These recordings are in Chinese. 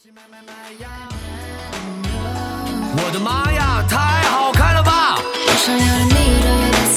我的妈呀，太好看了吧！ 我想要你的 That's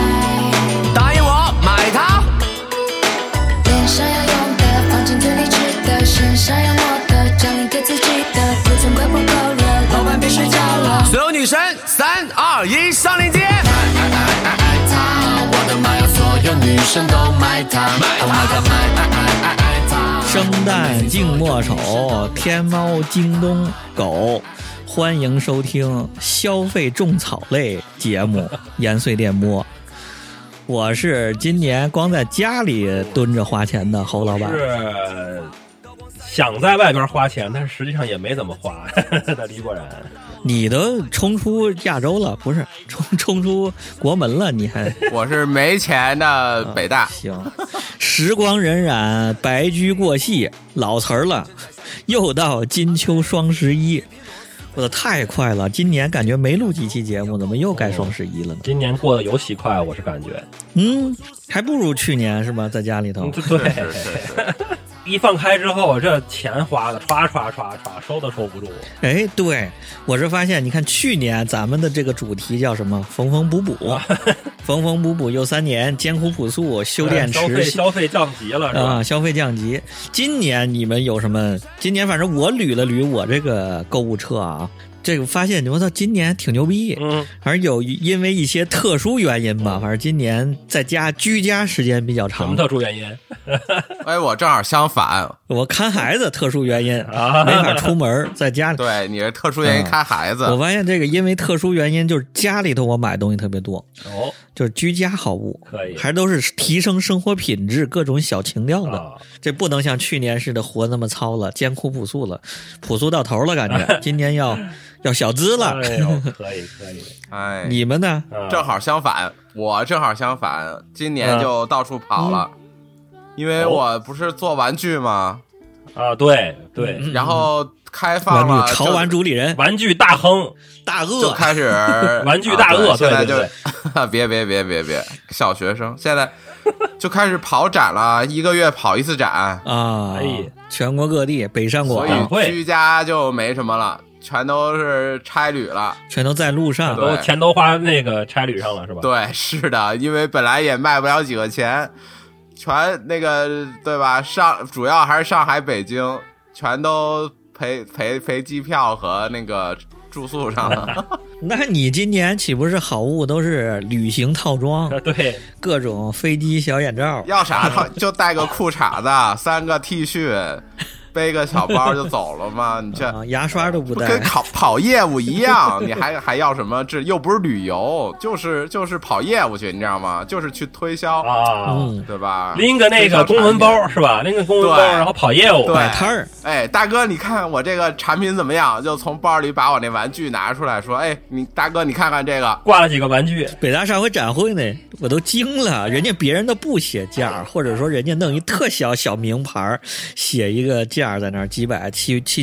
right， 答应我买它。 脸上要用的，放进嘴里吃的，身上要抹的，奖励给自己的，不曾快不够了，老板别睡觉了。 所有女生，3、2、1，上链接。 爱它，我的妈呀，所有女生都买它，买它，买它。 生旦净末丑，天猫京东狗，欢迎收听消费种草类节目延绥电波。我是今年光在家里蹲着花钱的侯老板， 是想在外边花钱，但是实际上也没怎么花的李果然。 你都冲出亚洲了，不是冲出国门了，你还我是没钱的北大。 行，时光荏苒，白驹过隙，老词儿了，又到金秋双11。我的太快了，今年感觉没录几期节目，怎么又该双11了呢？ 今年过得尤其快，我是感觉。 还不如去年是吧？在家里头。 对。一放开之后，这钱花的唰唰唰唰，收都收不住。 哎，对，我是发现，你看去年咱们的这个主题叫什么？缝缝补补，缝缝补补又3年，艰苦朴素，修电池， 消费降级了，是吧？ 啊，消费降级。今年你们有什么？今年反正我捋了捋我这个购物车啊。这个发现我操，今年挺牛逼，反正有因为一些特殊原因吧，反正今年在家居家时间比较长。 什么特殊原因？ 哎，我正好相反， 我看孩子特殊原因没法出门，在家里。 对，你是特殊原因看孩子。 我发现这个因为特殊原因，就是家里头我买东西特别多，就是居家好物， 可以， 还都是提升生活品质、各种小情调的。这不能像去年似的活那么糙了，艰苦朴素了，朴素到头了，感觉今年要小资了。 哎呦，可以。 哎， 你们呢？ 正好相反，我正好相反，今年就到处跑了，因为我不是做玩具吗？ 啊，对， 然后开放了潮玩主理人， 玩具大亨大鳄就开始玩具大鳄， 现在就对别，小学生现在就开始跑展了，1个月跑1次展啊！全国各地，北上广， 所以居家就没什么了。全都是差旅了， 全都在路上， 钱都花那个差旅上了，是吧？ 对，是的，因为本来也卖不了几个钱，全那个对吧？主要还是上海、北京，全都赔机票和那个住宿上了。 那你今年岂不是好物都是旅行套装？ 对， 各种飞机小眼罩， 要啥就带个裤衩子，3个 T 恤。背个小包就走了吗？你这牙刷都不带， 跟跑业务一样，你还要什么？这又不是旅游，就是跑业务去，你知道吗？就是去推销对吧？ 拎个那个公文包是吧？拎个公文包，然后跑业务， 摆摊儿。 哎，大哥，你看我这个产品怎么样？就从包里把我那玩具拿出来说，哎，大哥你看看这个， 挂了几个玩具。 北大上回展会呢，我都惊了，人家别人都不写价，或者说人家弄一特小名牌，写一个价在那儿几百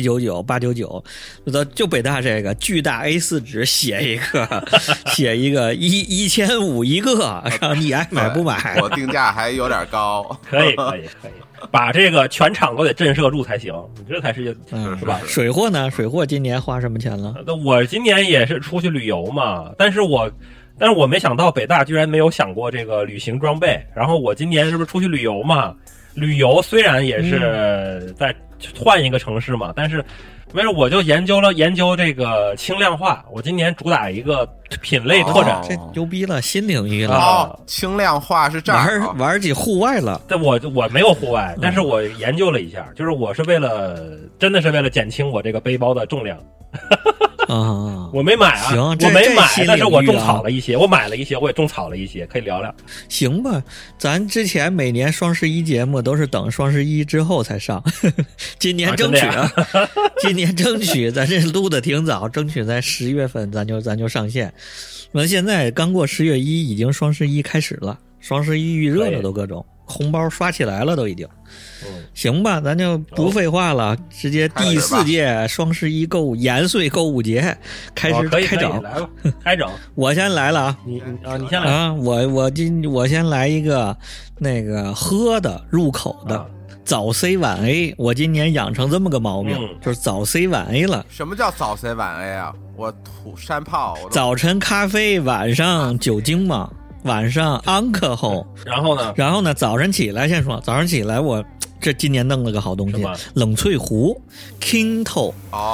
799、899，就北大这个巨大 A4 纸写一个1500一个，让你爱买不买？ 我定价还有点高， 可以，把这个全场都得震慑住才行，你这才是是吧？ 水货呢？水货今年花什么钱了？ 我今年也是出去旅游嘛，但是我没想到北大居然没有想过这个旅行装备。然后我今年是不是出去旅游嘛？旅游虽然也是在换一个城市嘛，但是没事，我就研究这个轻量化。我今年主打一个品类拓展， 这牛逼了，新领域了。 轻量化是这样， 玩起户外了。 但我没有户外，但是我研究了一下，就是我是真的是为了减轻我这个背包的重量。我没买啊，我没买，但是我种草了一些，我买了一些，我也种草了一些，可以聊聊。 行吧，咱之前每年双11节目都是等双11之后才上，今年争取今年争取，咱这录的挺早，争取在10月份咱就上线。那现在刚过10月1，已经双11开始了，双11预热了，都各种红包刷起来了，都已经。行吧，咱就不废话了，直接第4届双11延绥购物节开始开整， 来吧，开整。 我先来了啊！ 你先来啊！我先来一个那个喝的入口的， 早 C 晚 A， 我今年养成这么个毛病，就是早 C 晚 A 了。 什么叫早 C 晚 A 啊？我土山炮， 早晨咖啡，晚上酒精嘛，晚上 alcohol。 然后呢？ 早晨起来先说，早上起来我这今年弄了个好东西，冷萃壶 Kinto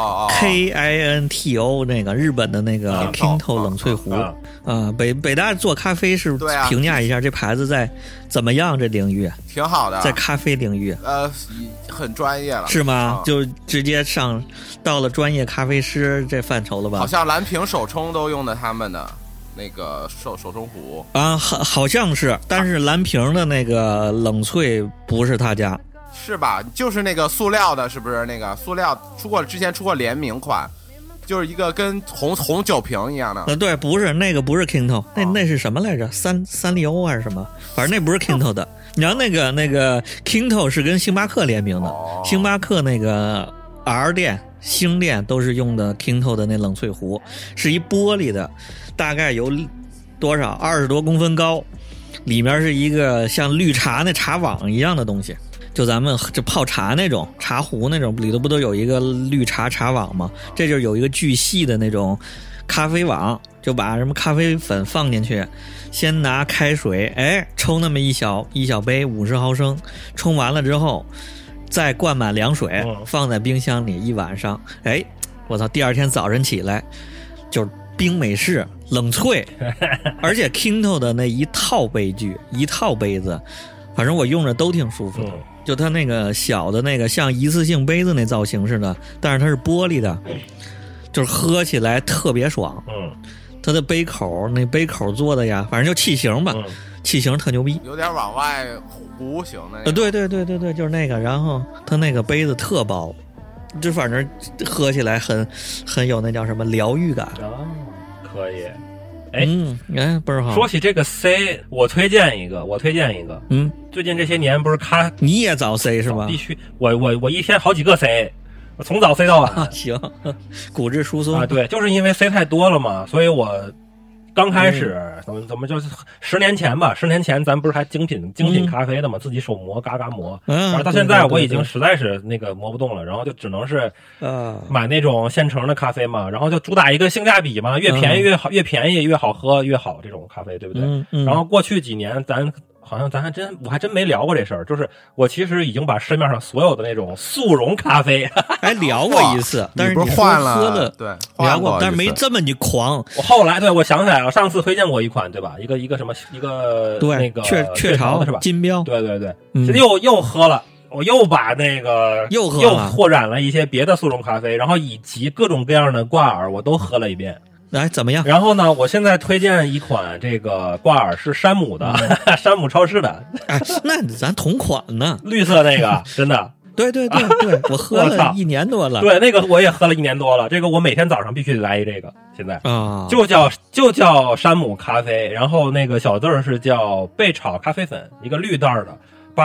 KINTO 那个日本的那个 Kinto 冷萃壶北大做咖啡是评价一下这牌子在怎么样？这领域挺好的， 在咖啡领域很专业了， 是吗？就直接上到了专业咖啡师这范畴了吧？ 好像蓝瓶手冲都用的他们的那个手冲壶啊，好像是，但是蓝瓶的那个冷萃不是他家。 是吧？就是那个塑料的，是不是？那个塑料之前出过联名款，就是一个跟红酒瓶一样的。 对，不是那个，不是 Kinto， 那是什么来着？三丽鸥还是什么？反正那不是 Kinto 的。然后那个 Kinto 是跟星巴克联名的，星巴克那个 R 店、星店都是用的 Kinto 的那冷萃壶，是一玻璃的，大概有多少20多公分高，里面是一个像绿茶那茶网一样的东西。就咱们这泡茶那种茶壶那种里头不都有一个绿茶茶网吗？这就是有一个巨细的那种咖啡网，就把什么咖啡粉放进去，先拿开水，冲那么一小杯50毫升，冲完了之后再灌满凉水，放在冰箱里一晚上，我操，第二天早晨起来就是冰美式冷萃，而且 Kinto 的那一套杯具一套杯子，反正我用着都挺舒服的。就它那个小的那个像一次性杯子那造型似的，但是它是玻璃的，就是喝起来特别爽。它的杯口做的呀，反正就器型吧，器型特牛逼， 有点往外弧形的。 对，就是那个。然后它那个杯子特薄，就反正喝起来很有那叫什么疗愈感。 可以。 倍儿好。 说起这个 C， 我推荐一个。最近这些年不是你也早 C 是吧？ 必须，我一天好几个 C， 我从早 C 到晚。 行，骨质疏松对，就是因为 C 太多了嘛，所以我刚开始怎么就是10年前吧，10年前咱不是还精品咖啡的嘛，自己手磨嘎嘎磨，然后到现在我已经实在是那个磨不动了，然后就只能是买那种现成的咖啡嘛，然后就主打一个性价比嘛，越便宜越好，越便宜越好喝越好，这种咖啡对不对？然后过去几年我还真没聊过这事儿，就是我其实已经把市面上所有的那种速溶咖啡聊过一次，但是你不是换了对聊过，但是没这么你狂。 我后来我想起来了，上次推荐过一款对吧？一个什么一个那个雀巢是吧？ 金标， 对，又喝了。我又把那个又拓展了一些别的速溶咖啡，然后以及各种各样的挂耳我都喝了一遍。 来怎么样？ 然后呢，我现在推荐一款这个挂耳是山姆的，山姆超市的。 那咱同款呢？ 绿色那个，真的。 对，我喝了1年多了。 对，那个我也喝了1年多了。这个我每天早上必须得来一这个。现在就叫山姆咖啡，然后那个小字是叫焙炒咖啡粉，一个绿袋的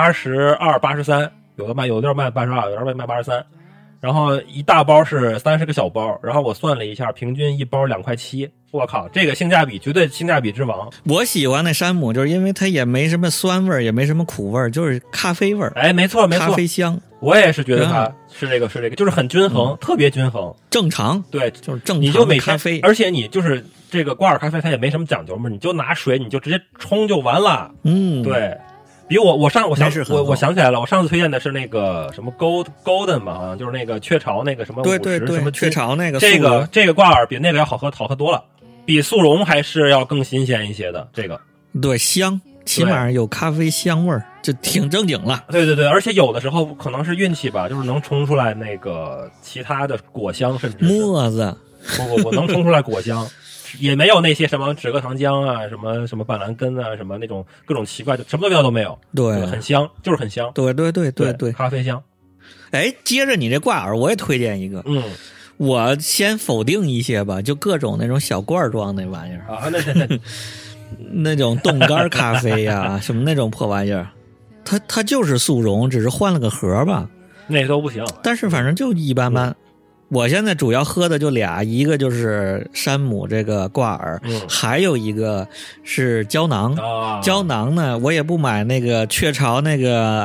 ，82、83，有的地儿卖82，有的卖83。然后一大包是30个小包，然后我算了一下，平均一包2.7块。我靠，这个性价比绝对性价比之王。 我喜欢那山姆，就是因为它也没什么酸味，也没什么苦味，就是咖啡味。 没错， 咖啡香。 我也是觉得它是这个，就是很均衡，特别均衡， 正常。 对， 就是正常。 你就每咖啡， 而且你就是这个挂耳咖啡，它也没什么讲究嘛，你就拿水，你就直接冲就完了。对。比我想起来了，我上次推荐的是那个什么 Golden 嘛，好像就是那个雀巢那个什么50什么雀巢那个这个挂耳比那个要好喝多了，比速溶还是要更新鲜一些的。这个对香，起码有咖啡香味儿，就挺正经了。 对，而且有的时候可能是运气吧，就是能冲出来那个其他的果香，甚至沫子不能冲出来果香。也没有那些什么止咳糖浆啊，什么板蓝根啊，什么那种各种奇怪的，什么味道都没有。对，很香，就是很香。 对， 咖啡香。 接着你这挂耳，我也推荐一个。我先否定一些吧，就各种那种小罐装那玩意儿啊， 那种冻干咖啡呀，什么那种破玩意儿，它就是速溶，只是换了个盒吧。 那都不行。 但是反正就一般般。 我现在主要喝的就俩，一个就是山姆这个挂耳，还有一个是胶囊。胶囊呢，我也不买那个雀巢那个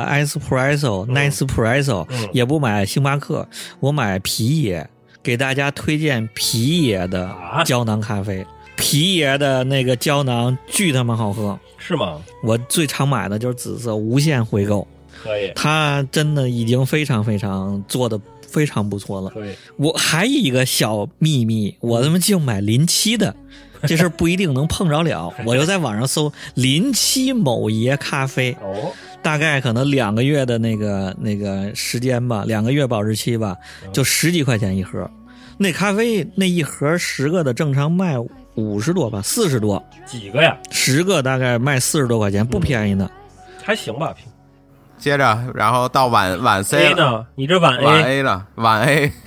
Nespresso，也不买星巴克，我买皮爷，给大家推荐皮爷的胶囊咖啡。皮爷的那个胶囊巨他妈好喝， 是吗？ 我最常买的就是紫色，无限回购。 可以， 它真的已经非常非常做的非常不错了。 可以， 我还有一个小秘密，我他妈就买林7的，这事儿不一定能碰着了。我又在网上搜林7某爷咖啡，大概可能2个月的那个时间吧，2个月保质期吧，就10几块钱一盒。那咖啡那一盒10个的正常卖50多吧，40多。 几个呀 ？10个大概卖40多块钱，不便宜呢。 还行吧。 接着，然后到晚 C 呢？你这晚 A 了，晚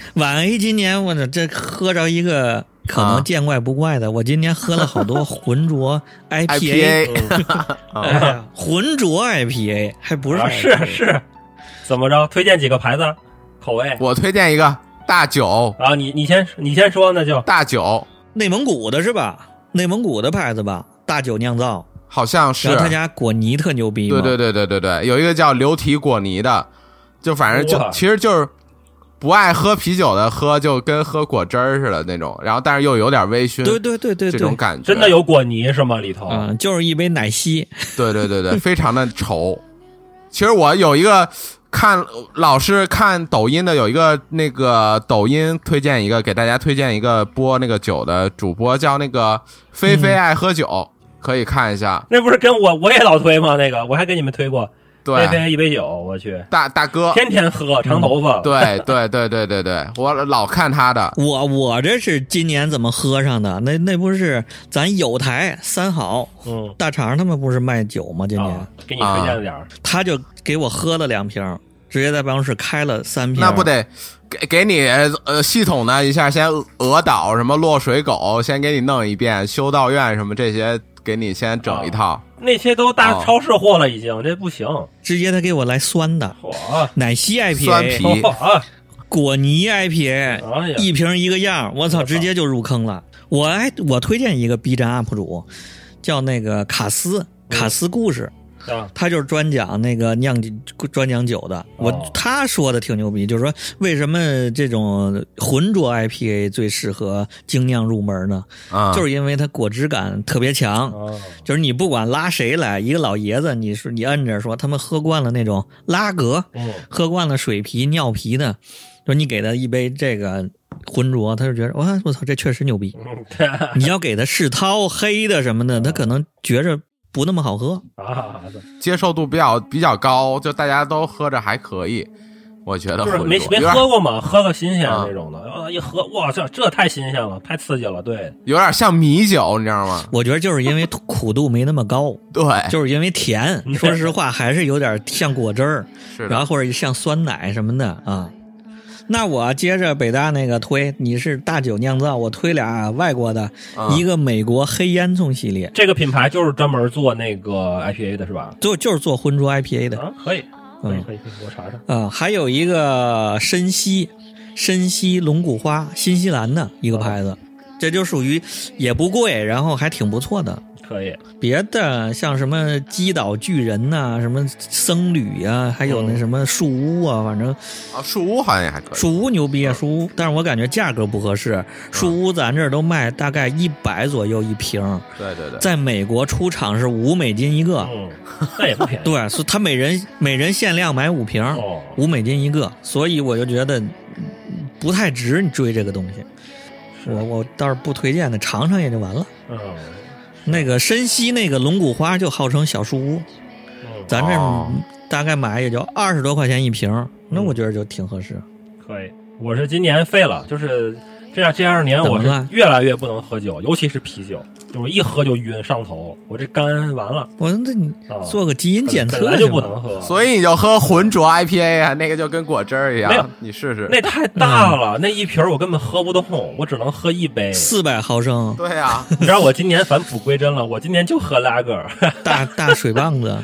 A 今年我这喝着一个可能见怪不怪的，我今年喝了好多浑浊 IPA， 浑浊 IPA 还不是是，怎么着？推荐几个牌子口味？ 我推荐一个大酒啊，你先说，那就大酒， 内蒙古的是吧？内蒙古的牌子吧，大酒酿造。 好像是， 然后他家果泥特牛逼嘛。 对，有一个叫流体果泥的，就反正就其实就是不爱喝啤酒的喝就跟喝果汁儿似的那种，然后但是又有点微醺， 对， 这种感觉真的有果泥是吗？里头就是一杯奶昔， 对，非常的稠。其实我有一个老是看抖音的，有一个那个抖音推荐一个给大家推荐一个播那个酒的主播叫那个菲菲爱喝酒。可以看一下， 那不是跟我也老推吗？那个我还给你们推过， 对， 菲菲一杯酒，我去， 大哥天天喝，长头发， 对，我老看他的。 我这是今年怎么喝上的？那不是咱有台3好，大肠他们不是卖酒吗？今年给你推荐了点他就给我喝了2瓶，直接在办公室开了3瓶， 那不得给你系统的一下，先鹅岛什么落水狗，先给你弄一遍，修道院什么这些。给你先整一套， 那些都大超市货了，已经这不行。 直接他给我来酸的，奶昔 IPA， 酸啤， 果泥 IPA，一瓶一个样，我操，直接就入坑了。我推荐一个 B 站 UP 主，叫那个卡斯故事。他就是专讲那个专讲酒的，他说的挺牛逼，就是说为什么这种浑浊 IPA 最适合精酿入门呢？就是因为它果汁感特别强，就是你不管拉谁来，一个老爷子，你摁着说他们喝惯了那种拉格，喝惯了水啤、尿啤的，说你给他一杯这个浑浊，他就觉得哇，我操，这确实牛逼。你要给他世涛黑的什么的，他可能觉着不那么好喝啊， 接受度比较高，就大家都喝着还可以，我觉得就是没喝过嘛，喝个新鲜那种的，一喝哇，这太新鲜了，太刺激了，对， 有点像米酒，你知道吗？ 我觉得就是因为苦度没那么高， 对， 就是因为甜，说实话还是有点像果汁儿， 是， 然后或者像酸奶什么的啊。那我接着北大那个推，你是大酒酿造，我推俩外国的，一个美国黑烟囱系列， 这个品牌就是专门做那个 IPA 的是吧？ 就是做浑浊 IPA 的， 可以，我查查。 还有一个深溪龙骨花，新西兰的一个牌子，这就属于也不贵，然后还挺不错的。 可以， 别的像什么击倒巨人呐、什么僧侣啊，还有那什么树屋啊，反正树屋好像也还可以。 树屋牛逼啊，树屋，但是我感觉价格不合适。树屋咱这儿都卖大概100左右一瓶， 对， 在美国出厂是$5一个， 那也不便宜。 对，所以他每人限量买5瓶，$5一个，所以我就觉得不太值你追这个东西。我倒是不推荐的，尝尝也就完了。那个深溪那个龙骨花就号称小树屋，咱这大概买也就20多块钱一瓶，那我觉得就挺合适。 可以，我是今年废了，就是这2年我是越来越不能喝酒，尤其是啤酒，就是一喝就晕上头，我这肝完了。 我说那你做个基因检测本来就不能喝， 所以你就喝浑浊 IPA 啊，那个就跟果汁儿一样，你试试。 那太大了，那一瓶我根本喝不动，我只能喝一杯 ，400毫升。 对啊， 你知道我今年返璞归真了，我今年就喝拉格， 大水棒子，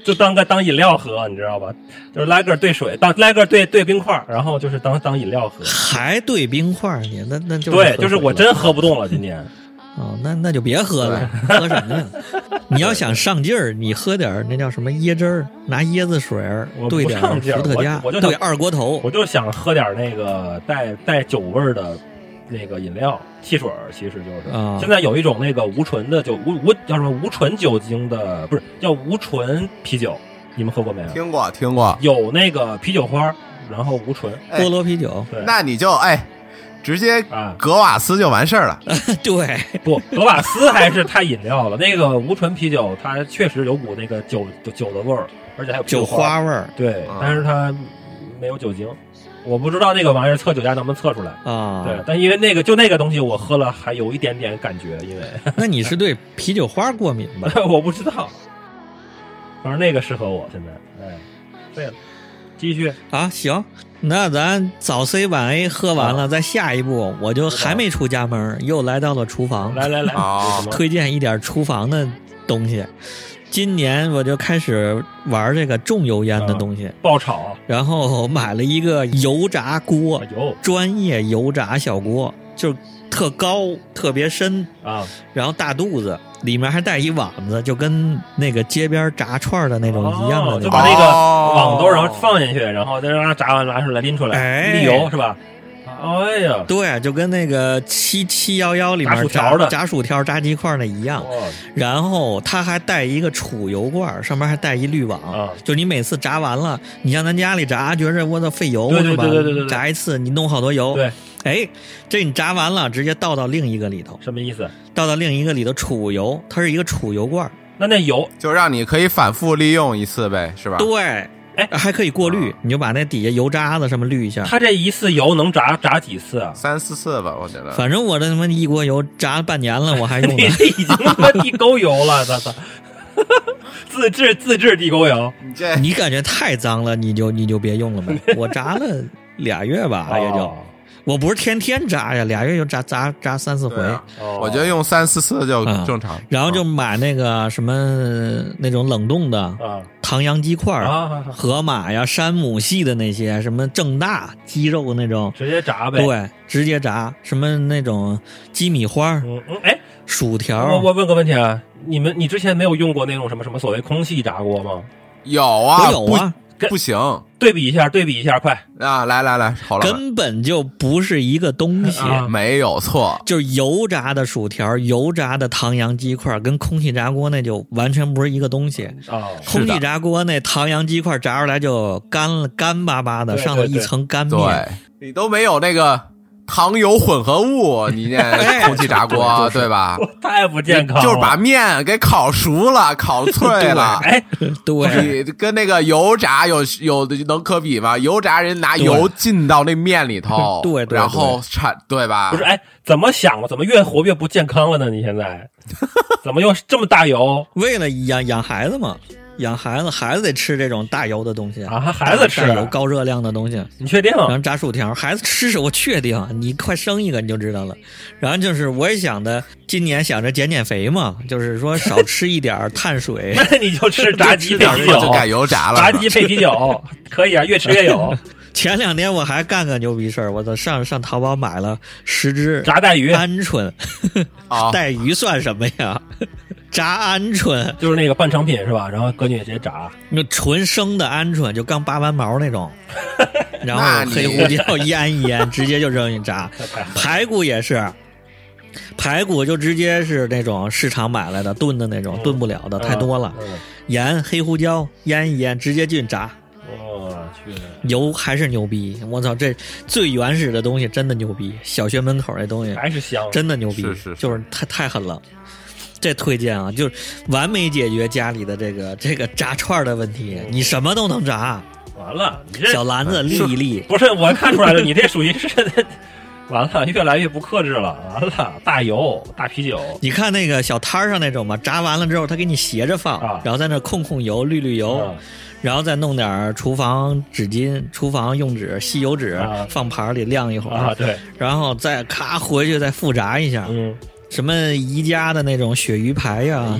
就当饮料喝，你知道吧？就是拉个兑水，拉个兑冰块，然后就是当饮料喝。 还兑冰块你那就对，就是我真喝不动了今年。 哦，那就别喝了，喝什么呀？你要想上劲儿，你喝点那叫什么椰汁儿，拿椰子水兑点伏特加， 我就兑二锅头。 我就想喝点那个带酒味儿的那个饮料，汽水其实就是。现在有一种那个无醇的酒，叫什么无醇酒精的，不是叫无醇啤酒，你们喝过没有？ 听过。 有那个啤酒花，然后无醇菠萝啤酒。 对， 那你就直接格瓦斯就完事儿了。 对， 不，格瓦斯还是太饮料了。那个无醇啤酒，它确实有股那个酒的味儿，而且还有酒花味儿。 对，但是它没有酒精。我不知道那个玩意儿测酒驾能不能测出来啊？ 对，但因为那个东西我喝了还有一点点感觉，因为那你是对啤酒花过敏吧？ 我不知道，反正那个适合我现在。对了，继续啊，行。那咱早 C 晚 A 喝完了，再下一步我就还没出家门，又来到了厨房。 来， 推荐一点厨房的东西。今年我就开始玩这个重油烟的东西， 爆炒， 然后买了一个油炸锅，专业油炸小锅，就是特高特别深啊， 然后大肚子，里面还带一网子，就跟那个街边炸串的那种一样的， 就把那个网兜然后放进去，然后再让它炸完拿出来拎出来，沥油是吧？哎呀， 对，就跟那个711里面炸薯条、炸鸡块那一样。然后它还带一个储油罐，上面还带一滤网，就你每次炸完了，你像咱家里炸，觉着我操费油是吧？ 对， 炸一次你弄好多油。 对， 这你炸完了，直接倒到另一个里头。 什么意思？ 倒到另一个里头储油，它是一个储油罐。 那油就让你可以反复利用一次呗，是吧？ 对。还可以过滤，你就把那底下油渣子什么滤一下。 它这一次油能炸几次啊 ？3-4次吧，我觉得。 反正我这他妈一锅油炸了半年了，我还用呢。 你这已经他妈地沟油了，操！自制地沟油， 你感觉太脏了，你就别用了呗。我炸了2月吧，也就。我不是天天炸呀，2月就炸3-4回。 我觉得用3-4次就正常。 然后就买那个什么那种冷冻的唐扬鸡块，河马呀、山姆系的那些什么正大鸡肉那种， 直接炸呗。 对，直接炸。什么那种鸡米花，薯条。 我问个问题啊，你之前没有用过那种什么所谓空气炸锅吗？ 有啊， 有啊。 不行， 对比一下，快啊！来，好了， 根本就不是一个东西， 没有错， 就是油炸的薯条、油炸的唐扬鸡块，跟空气炸锅那就完全不是一个东西。空气炸锅那唐扬鸡块炸出来就干巴巴的，上头一层干面， 对，你都没有那个糖油混合物，你那空气炸锅对吧？ 太不健康了， 就是把面给烤熟了，烤脆了。 对， 你跟那个油炸有能可比吗？油炸人拿油浸到那面里头， 对， 然后对吧？ 不是，怎么想的？怎么越活越不健康了呢？你现在怎么又这么大油？ 为了养孩子嘛。养孩子得吃这种大油的东西啊！孩子吃大油高热量的东西， 你确定？ 然后炸薯条，孩子吃我确定，你快生一个你就知道了。然后就是我也想的，今年想着减肥嘛，就是说少吃一点碳水。 那你就吃炸鸡配啤酒， 就改油炸了。 炸鸡配啤酒可以啊，越吃越有。 前2天我还干个牛逼事儿，我上淘宝买了10只炸带鱼鹌鹑，带鱼算什么呀？炸鹌鹑就是那个半成品是吧？然后搁进去直接炸， 那纯生的鹌鹑就刚拔完毛那种，然后黑胡椒腌一腌，直接就扔进去炸。排骨也是，排骨就直接是那种市场买来的炖的那种，炖不了的太多了，盐黑胡椒腌一腌，直接进炸。 我去， 油还是牛逼！我操，这最原始的东西真的牛逼，小学门口这东西还是香， 真的牛逼， 是就是太狠了。这推荐啊，就是完美解决家里的这个炸串的问题，你什么都能炸。 完了，你这小篮子立一立， 不是我看出来了，你这属于是完了，越来越不克制了。完了，大油大啤酒。 你看那个小摊上那种嘛，炸完了之后，他给你斜着放，然后在那控油、滤油，然后再弄点厨房纸巾、厨房用纸、吸油纸，放盘里晾一会儿。 对， 然后再咔回去再复炸一下。什么宜家的那种鳕鱼排呀，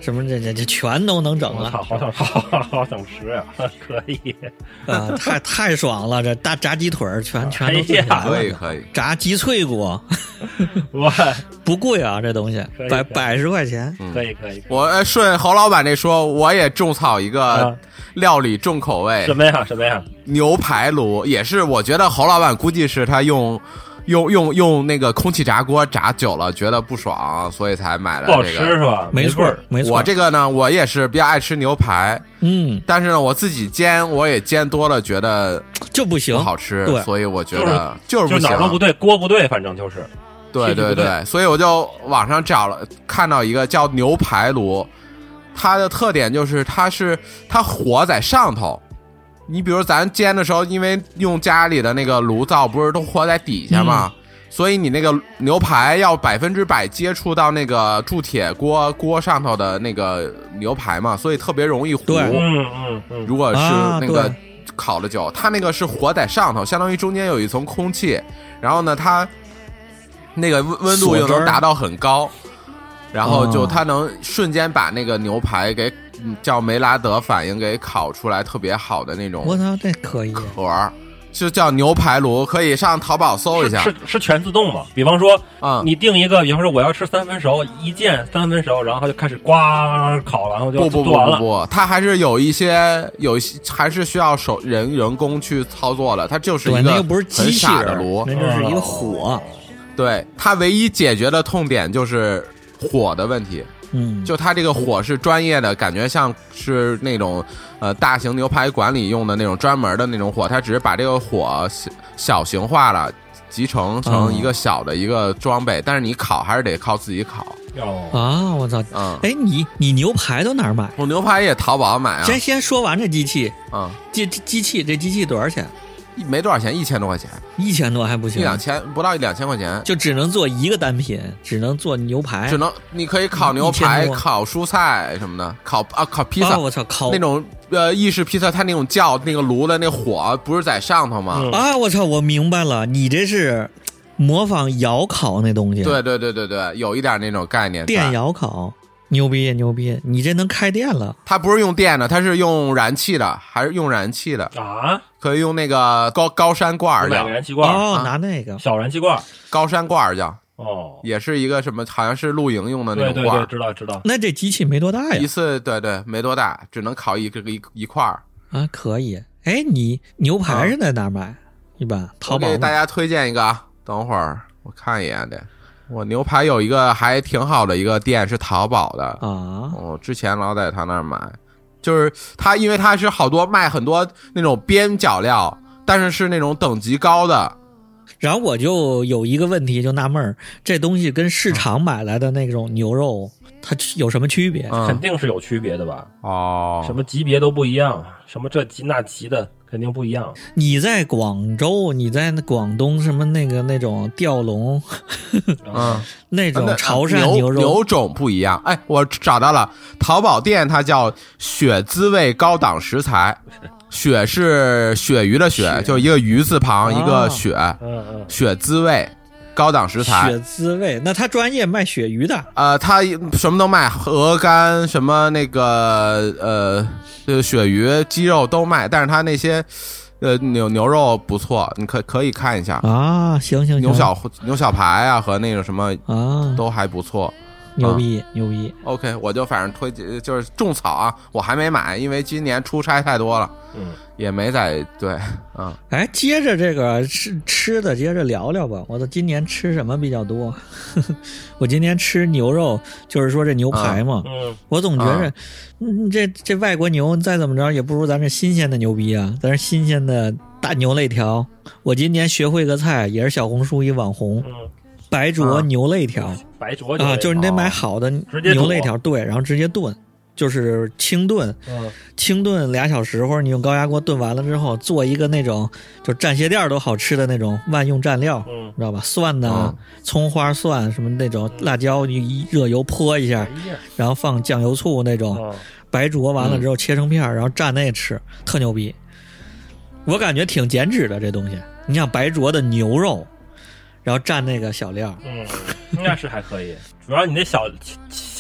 什么这全都能整了。 好想吃呀！可以啊，太爽了！这炸鸡腿全都做起来了， 可以。 炸鸡脆锅， 哇， 不贵啊，这东西110块钱， 可以。 我顺侯老板这说，我也种草一个料理重口味。 什么呀？ 牛排炉也是，我觉得侯老板估计是他用那个空气炸锅炸久了，觉得不爽，所以才买了这个。 不好吃是吧？ 没错。 我这个呢，我也是比较爱吃牛排，但是呢，我自己煎，我也煎多了，觉得就不行， 不好吃， 对， 所以我觉得就是不行， 哪儿都不对，锅不对，反正就是。 对，所以我就网上看到一个叫牛排炉，它的特点就是它火在上头。你比如咱煎的时候，因为用家里的那个炉灶不是都火在底下嘛，所以你那个牛排要100%接触到那个铸铁锅上头的那个牛排嘛，所以特别容易糊。 对， 如果是那个烤的久，它那个是火在上头，相当于中间有一层空气，然后呢，它那个温度又能达到很高，然后就它能瞬间把那个牛排给叫梅拉德反应给烤出来特别好的那种。 我操，这可以壳，就叫牛排炉，可以上淘宝搜一下。 是全自动吗？比方说，你定一个，比方说我要吃3分熟，一键3分熟，然后它就开始呱烤了，然后就做完了。 不，它还是有一些还是需要人工去操作的。它就是一个很傻的炉， 那就是一个火。 对，它唯一解决的痛点就是火的问题。就它这个火是专业的，感觉像是那种大型牛排馆里用的那种专门的那种火，它只是把这个火小型化了，集成一个小的一个装备，但是你烤还是得靠自己烤。 啊，我操！哎，你牛排都哪儿买？ 我牛排也淘宝买啊。 先说完这机器，这机器多少钱？ 没多少钱，1000多块钱 ，1000多还不行 ，2000不到2000块钱， 就只能做一个单品，只能做牛排， 你可以烤牛排、烤蔬菜什么的，烤披萨。 我操，烤那种意式披萨，它那种那个炉的那火不是在上头吗？ 我操，我明白了，你这是模仿窑烤那东西。 对，有一点那种概念。 电窑烤。牛逼！你这能开电了？ 它不是用电的，它是用燃气的，还是用燃气的啊？ 可以用那个高山罐叫燃气罐拿那个小燃气罐，高山罐叫也是一个什么，好像是露营用的那种罐。 对，知道。 那这机器没多大呀？ 一次对没多大，只能烤一块啊，可以。哎，你牛排是在哪儿买？一般淘宝。 我给大家推荐一个啊，等会儿我看一眼得。我牛排有一个还挺好的一个店是淘宝的啊， 我之前老在他那儿买，就是他因为他是好多卖很多那种边角料，但是是那种等级高的。 然后我就有一个问题就纳闷，这东西跟市场买来的那种牛肉它有什么区别？ 肯定是有区别的吧？ 什么级别都不一样，什么这级那级的肯定不一样。 你在广州，你在广东什么那种吊龙，那种潮汕牛肉牛种不一样。哎，我找到了，淘宝店它叫雪滋味高档食材。雪是鳕鱼的雪，就一个鱼字旁一个雪，雪滋味高档食材。 雪滋味，那他专业卖鳕鱼的？ 他什么都卖，鹅肝什么那个鳕鱼、鸡肉都卖，但是他那些牛肉不错，你可以看一下啊。行， 牛小排啊和那个什么啊都还不错。 牛逼。 OK， 我就反正推荐就是种草啊，我还没买，因为今年出差太多了，也没在对啊。 哎，接着这个吃的，接着聊聊吧。我的今年吃什么比较多？我今年吃牛肉，就是说这牛排嘛。我总觉着，这外国牛再怎么着也不如咱这新鲜的牛逼啊！咱这新鲜的大牛肋条。我今年学会个菜，也是小红书一网红。白灼牛肋条， 白灼啊，就是你得买好的牛肋条，对，然后直接炖，就是清炖，清炖2小时，或者你用高压锅炖完了之后，做一个那种就蘸鞋垫都好吃的那种万用蘸料，知道吧？蒜呢，葱花蒜什么那种，辣椒一热油泼一下，然后放酱油醋那种，白灼完了之后切成片，然后蘸那吃，特牛逼。我感觉挺减脂的这东西，你想白灼的牛肉。然后蘸那个小料， 应该是还可以。主要你那小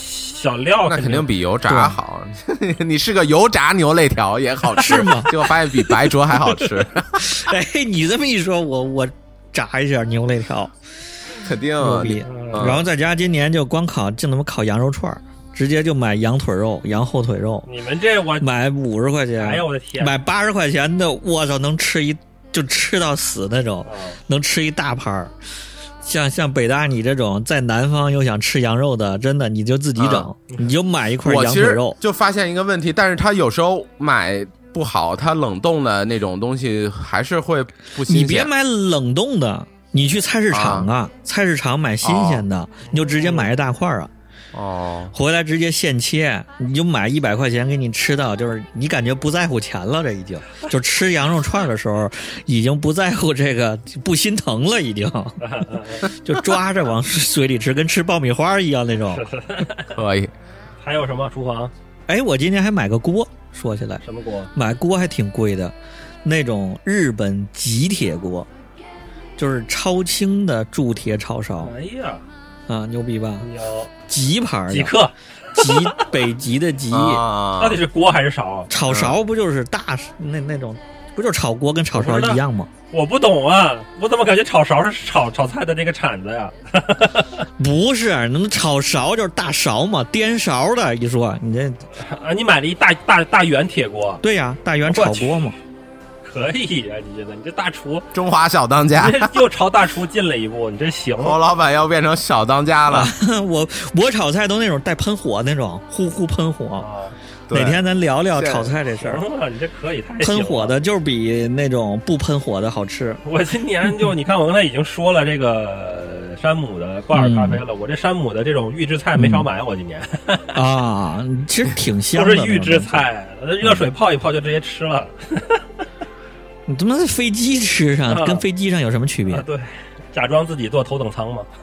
小料那肯定比油炸好。你是个油炸牛肋条也好吃是吗？ 结果发现比白灼还好吃。 哎，你这么一说，我炸一下牛肋条， 肯定牛逼。然后在家今年就光就那么烤羊肉串，直接就买羊腿肉、羊后腿肉。 你们这我买50块钱， 哎呀我的天， 买80块钱的，我操，能吃到死那种，能吃一大盘。像北大你这种在南方又想吃羊肉的，真的你就自己整，你就买一块羊腿肉。 我其实就发现一个问题，但是他有时候买不好，他冷冻的那种东西还是会不新鲜。 你别买冷冻的，你去菜市场菜市场买新鲜的，你就直接买一大块啊。回来直接现切，你就买100块钱给你吃到，就是你感觉不在乎钱了，这已经就吃羊肉串的时候已经不在乎这个，不心疼了，已经就抓着往嘴里吃，跟吃爆米花一样那种。 可以。 还有什么厨房？ 哎，我今天还买个锅，说起来什么锅？买锅还挺贵的，那种日本极铁锅，就是超轻的铸铁炒烧。 哎呀！ 啊，牛逼吧？ 牛， 极牌的， 极客， 北极的极， 到底是锅还是勺？ 炒勺不就是大那种，不就是炒锅跟炒勺一样吗？ 我不懂啊，我怎么感觉炒勺是炒菜的那个铲子呀？ 不是，那炒勺就是大勺嘛，颠勺的。一说你这啊，你买了一大圆铁锅？ 对呀，大圆炒锅嘛。 可以啊，你觉得你这大厨中华小当家又朝大厨进了一步，你这行了。 侯老板要变成小当家了。 我炒菜都那种带喷火那种，呼喷火。哪天咱聊聊炒菜这事儿。 你这可以，太喷火的就是比那种不喷火的好吃。 我今年你看我刚才已经说了这个山姆的挂耳咖啡了，我这山姆的这种预制菜没少买，我今年啊，其实挺香的。 都是预制菜，热水泡一泡就直接吃了。 你怎么在飞机吃上？跟飞机上有什么区别？ 对，假装自己坐头等舱嘛。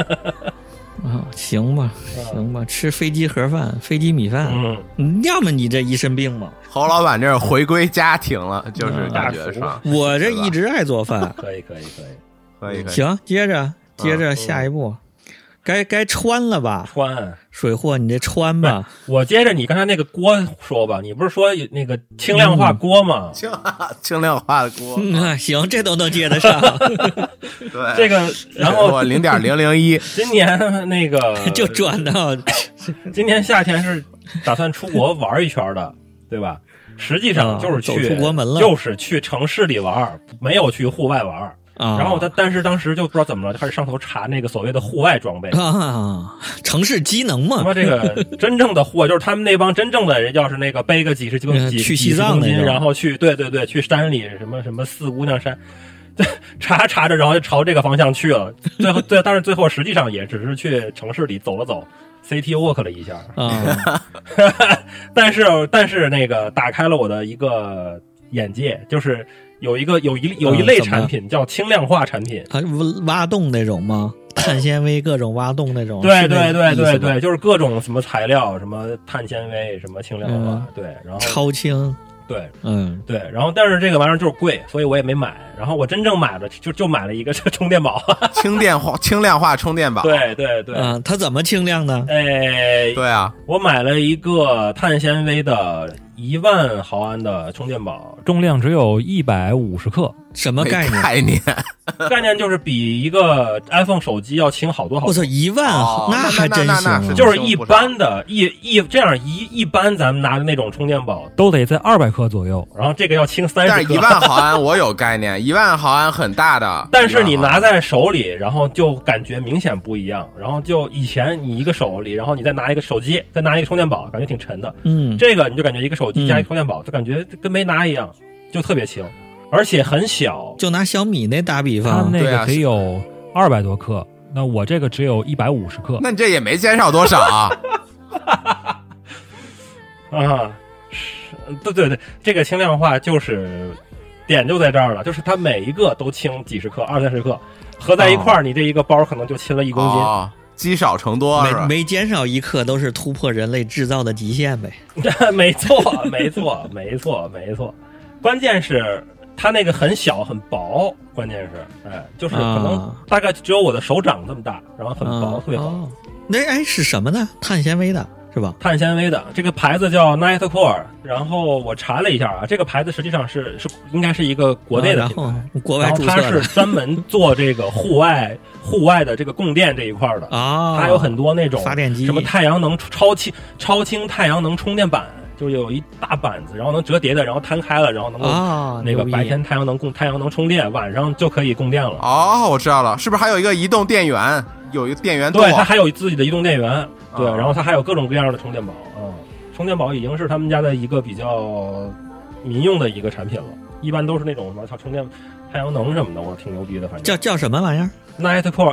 行吧，吃飞机盒饭、飞机米饭。要么你这一身病嘛。 侯老板这是回归家庭了，就是感觉是吧？ 我这一直爱做饭。 可以。 行，接着下一步。该穿了吧？ 穿水货，你这穿吧。 我接着你刚才那个锅说吧，你不是说那个轻量化锅吗？ 轻量化的锅。 行，这都能接得上。 对， 这个然后我0.001。 今年那个就转到， 今年夏天是打算出国玩一圈的，对吧？实际上就是走出国门了， 就是去城市里玩，没有去户外玩。然后但是当时就不知道怎么了，就开始上头查那个所谓的户外装备城市机能嘛。 他妈这个真正的户外就是他们那帮真正的人，要是那个背个几十去西藏那种， 然后去对去山里什么四姑娘山，查着，然后就朝这个方向去了。但是最后实际上也只是去城市里走了走 ，City Walk 了一下但是那个打开了我的一个眼界，就是有一类产品叫轻量化产品， 它挖洞那种吗？碳纤维各种挖洞那种。 对，就是各种什么材料，什么碳纤维，什么轻量化，对，然后超轻。 对，对，然后但是这个玩意儿就是贵，所以我也没买。然后我真正买的就买了一个充电宝， 轻量化充电宝。 对， 它怎么轻量呢？ 对啊， 我买了一个碳纤维的1万毫安的充电宝，重量只有150克。 什么概念？ 概念就是比一个 iPhone 手机要轻好多。 我操，1万，那还真行。 就是一般的这样一般咱们拿的那种充电宝都得在200克左右，然后这个要轻30克。 但是1万毫安我有概念，1万毫安很大的。 但是你拿在手里，然后就感觉明显不一样。然后就以前你一个手里，然后你再拿一个手机，再拿一个充电宝，感觉挺沉的。这个你就感觉一个手机加一个充电宝，就感觉跟没拿一样，就特别轻。而且很小， 就拿小米那打比方， 它那个可以有200多克，那我这个只有150克， 那你这也没减少多少啊！ 对，这个轻量化就是点就在这儿了，就是它每一个都轻几十克，20-30克，合在一块儿，你这一个包可能就轻了1公斤。 积少成多， 每减少1克都是突破人类制造的极限呗。 没错。关键是它那个很小很薄，关键是就是可能大概只有我的手掌这么大，然后很薄，特别薄。 那是什么呢？碳纤维的， 是吧？ 碳纤维的，这个牌子叫 Nightcore， 然后我查了一下啊，这个牌子实际上是应该是一个国内的品牌， 然后国外注册的， 然后它是专门做这个户外的这个供电这一块的啊， 它有很多那种发电机， 什么太阳能超轻太阳能充电板。就有一大板子，然后能折叠的，然后摊开了，然后能够那个白天太阳能充电，晚上就可以供电了。 哦，我知道了，是不是还有一个移动电源？有一个电源座？ 对，它还有自己的移动电源，对，然后它还有各种各样的充电宝啊。充电宝已经是他们家的一个比较民用的一个产品了，一般都是那种什么充电太阳能什么的，我挺牛逼的，反正叫什么玩意儿 ？Nightcore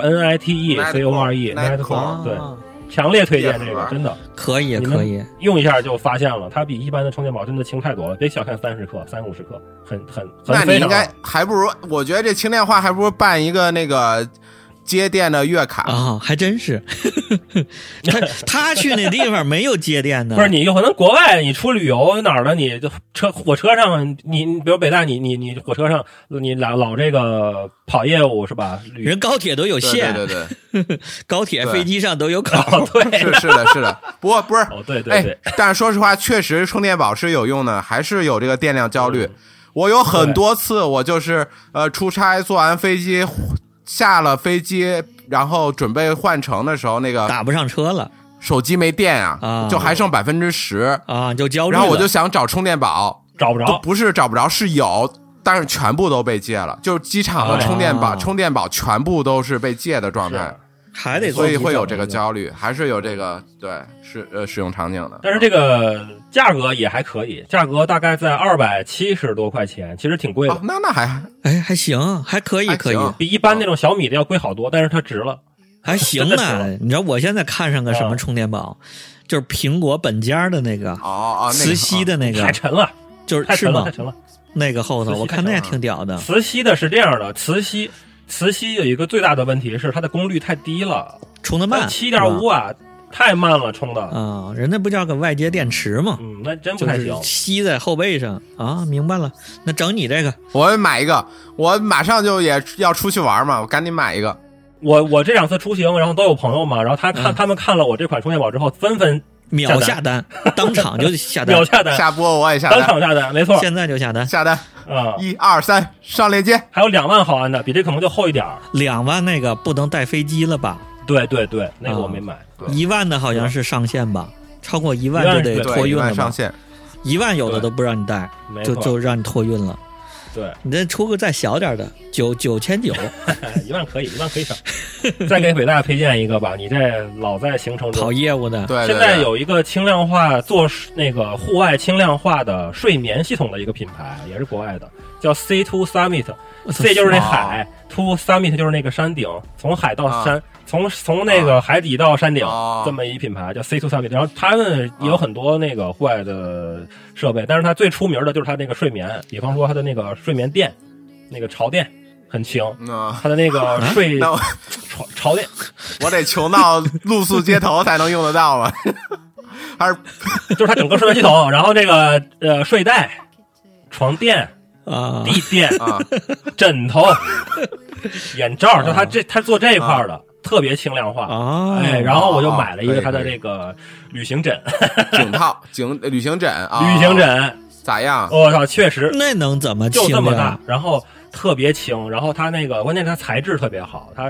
NITECORE Nightcore 对。强烈推荐这个，真的可以， 用一下就发现了，它比一般的充电宝真的轻太多了。别小看30克、30-50克，很那你应该还不如，我觉得这轻量化还不如办一个那个接电的月卡啊，还真是。他去那地方没有接电的， 不是你有可能国外你出旅游哪儿的，你就火车上你比如北大你火车上你老这个跑业务是吧？ 人高铁都有线， 对， 高铁飞机上都有口， 对， 是的。不过不是， 对， 但是说实话，确实充电宝是有用的，还是有这个电量焦虑。我有很多次，我就是出差坐完飞机。下了飞机，然后准备换乘的时候，那个打不上车了， 手机没电啊，就还剩10% 啊，就焦虑了。 然后我就想找充电宝， 找不着， 不是找不着，是有，但是全部都被戒了，就是机场的充电宝全部都是被戒的状态， 还得所以会有这个焦虑，还是有这个对使用场景的。 但是这个价格也还可以，价格大概在270多块钱，其实挺贵的。 那还行，还可以， 比一般那种小米的要贵好多，但是它值了， 还行呢。你知道我现在看上个什么充电宝，就是苹果本家的那个磁吸的那个， 太沉了， 就是太沉了。 那个后头我看那还挺屌的。 磁吸的是这样的，磁吸有一个最大的问题是它的功率太低了， 充得慢 ，7.5瓦。太慢了，充的啊！人家不叫个外接电池吗？ 那真不太行。 吸在后背上啊，明白了。那整你这个， 我买一个，我马上就也要出去玩嘛，我赶紧买一个。 我这2次出行，然后都有朋友嘛，然后他们看了我这款充电宝之后，纷纷秒下单，当场就下单， 秒下单， 下播我也下单， 当场下单，没错， 现在就下单啊 ！1、2、3，上链接。 还有2万毫安的，比这可能就厚一点。 2万那个不能带飞机了吧？ 对，那个我没买。 1万的好像是上限吧，超过1万就得托运了吧？ 上限 1万有的都不让你带，就让你托运了。 对， 你再出个再小点的，9900，1 万可以上。再给北大推荐一个吧，你这老在行程中跑业务的。 对， 现在有一个轻量化做那个户外轻量化的睡眠系统的一个品牌，也是国外的，叫 C2 Summit。C 就是那海，To Summit 就是那个山顶，从海到山，从那个海底到山顶，这么一品牌叫 C2 Summit。然后他们也有很多那个户外的设备，但是它最出名的就是它那个睡眠，比方说它的那个睡眠垫，那个潮垫很轻，它的那个潮垫， 我得穷到露宿街头才能用得到吗？还是就是它整个睡眠系统，然后这个睡袋、床垫。地垫枕头、眼罩，就他做这一块的，特别轻量化然后我就买了一个他的这个旅行枕， 旅行枕旅行枕咋样？ 我操，确实那能怎么轻？ 就这么大，然后特别轻，然后它那个关键它材质特别好，它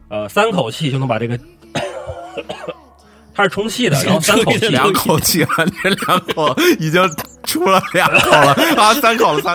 3口气就能把这个。它是充气的，然后3口气 ，2口气了，这2口已经出了2口了啊，3口了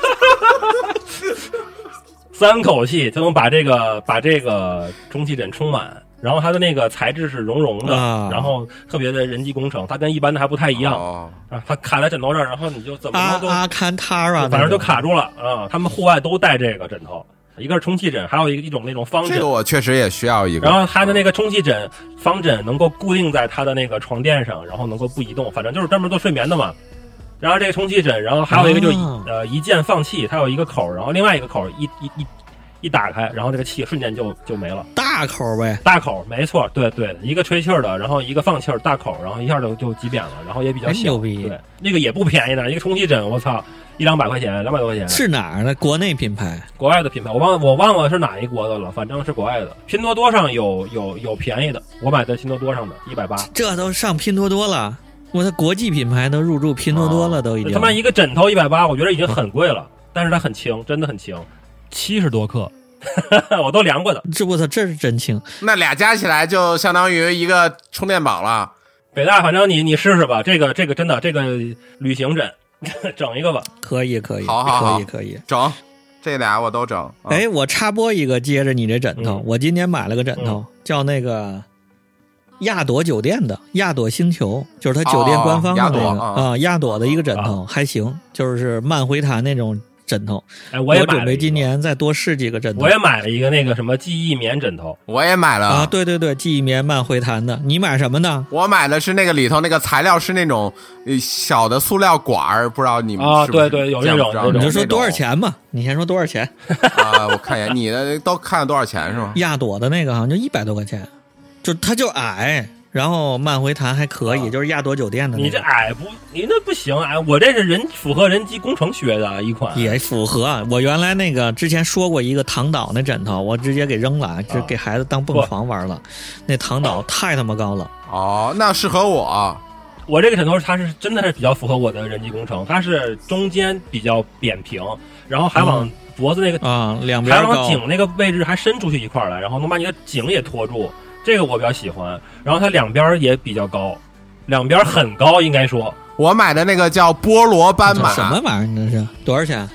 ，3口气就能把这个充气枕充满，然后它的那个材质是绒的，然后特别的人机工程，它跟一般的还不太一样它卡在枕头上，然后你就怎么都阿坎塔拉， 反正就卡住了啊！他们户外都带这个枕头。一个是充气枕，还有一种那种方枕。 这个我确实也需要一个。 然后它的那个充气枕、方枕能够固定在它的那个床垫上，然后能够不移动，反正就是专门做睡眠的嘛。然后这个充气枕，然后还有一个就是一键放气，它有一个口，然后另外一个口一打开，然后这个气瞬间就没了。 大大口呗， 大口没错，对对，一个吹气儿的，然后一个放气儿大口，然后一下就挤扁了，然后也比较小， 牛逼。 对，那个也不便宜的，一个充气枕，我操，100-200块钱，200多块钱。 是哪儿的？国内品牌？ 国外的品牌，我忘了是哪一国的了，反正是国外的。拼多多上有便宜的，我买的拼多多上的180， 这都上拼多多了。我的国际品牌都入驻拼多多了，都已经。 他妈一个枕头180，我觉得已经很贵了，但是它很轻，真的很轻 ，70多克， 我都量过的。 我操，这是真轻。 那俩加起来就相当于一个充电宝了。 北大，反正你试试吧，这个真的这个旅行枕，整一个吧。 可以， 好， 可以整，这俩我都整。 哎，我插播一个，接着你这枕头，我今年买了个枕头，叫那个。亚朵酒店的亚朵星球，就是它酒店官方的那个亚朵的一个枕头，还行，就是慢回弹那种枕头。 哎，我准备今年再多试几个枕头。 我也买了一个那个什么记忆棉枕头， 我也买了啊，对，记忆棉慢回弹的。你买什么呢？ 我买的是那个里头那个材料是那种小的塑料管，不知道你们是不是对，有这种。 你就说多少钱吧？你先说多少钱啊？我看一眼，你的都看了多少钱是吗？ 亚朵的那个好像就100多块钱。就它就矮，然后慢回弹还可以，就是亚朵酒店的、那个。 你这矮不，你那不行矮，我这是符合人机工程学的一款， 也符合。我原来那个之前说过一个躺倒那枕头，我直接给扔了，就给孩子当蹦床玩了。那躺倒太他妈高了。 哦，那适合我。 我这个枕头它是真的是比较符合我的人机工程，它是中间比较扁平，然后还往脖子那个两边还往颈那个位置还伸出去一块来，然后能把你的颈也托住。这个我比较喜欢，然后它两边也比较高，两边很高，应该说。 我买的那个叫菠萝斑马， 什么玩意儿？这是多少钱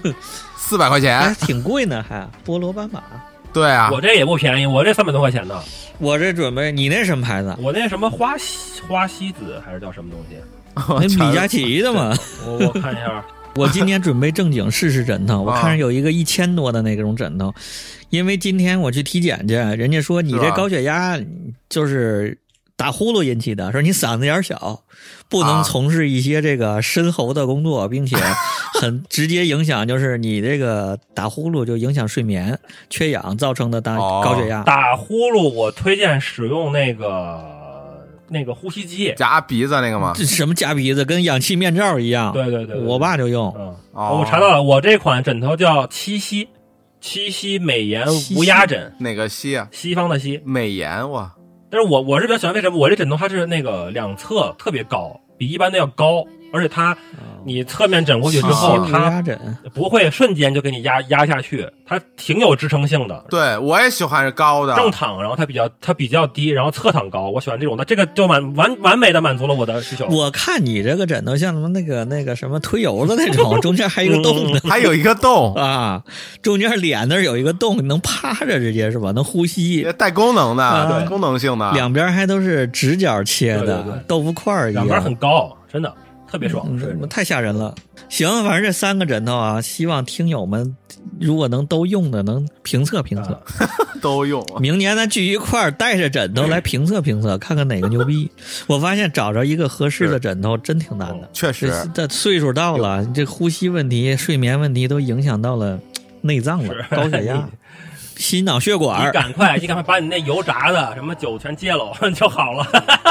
？400块钱， 挺贵呢，还菠萝斑马。 对啊， 我这也不便宜，我这300多块钱呢。 我这准备，你那什么牌子？ 我那什么花西子还是叫什么东西？ 那米家奇的嘛。 我看一下。 我今年准备正经试试枕头，我看着有一个1000多的那种枕头，因为今天我去体检去，人家说你这高血压就是打呼噜引起的，说你嗓子眼小，不能从事一些这个深喉的工作，并且很直接影响，就是你这个打呼噜就影响睡眠，缺氧造成的高血压。 打呼噜我推荐使用那个呼吸机， 夹鼻子那个吗？ 什么夹鼻子，跟氧气面罩一样。 对， 我爸就用。 我查到了，我这款枕头叫七夕美颜无压枕。 哪个西啊？ 西方的西。 美颜哇！ 但是我是比较喜欢，为什么？我这枕头它是那个两侧特别高，比一般的要高，而且它你侧面枕过去之后，它不会瞬间就给你压下去，它挺有支撑性的。 对，我也喜欢是高的正躺，然后它比较低，然后侧躺高，我喜欢这种的，这个就完美的满足了我的需求。 我看你这个枕头像什么那个什么推油的那种，中间还有一个洞的， 还有一个洞啊，中间脸那儿有一个洞，能趴着直接是吧？能呼吸， 带功能的，对，功能性的， 两边还都是直角切的， 对豆腐块一样， 两边很高，真的。特别爽， 太吓人了。行，反正这3个枕头啊，希望听友们如果能都用的，能评测评测， 都用。 明年咱聚一块儿，带着枕头来评测评测，看看哪个牛逼。我发现找着一个合适的枕头真挺难的， 确实。 这岁数到了，这呼吸问题、睡眠问题都影响到了内脏了，高血压。心脑血管， 你赶快把你那油炸的什么酒全戒了就好了。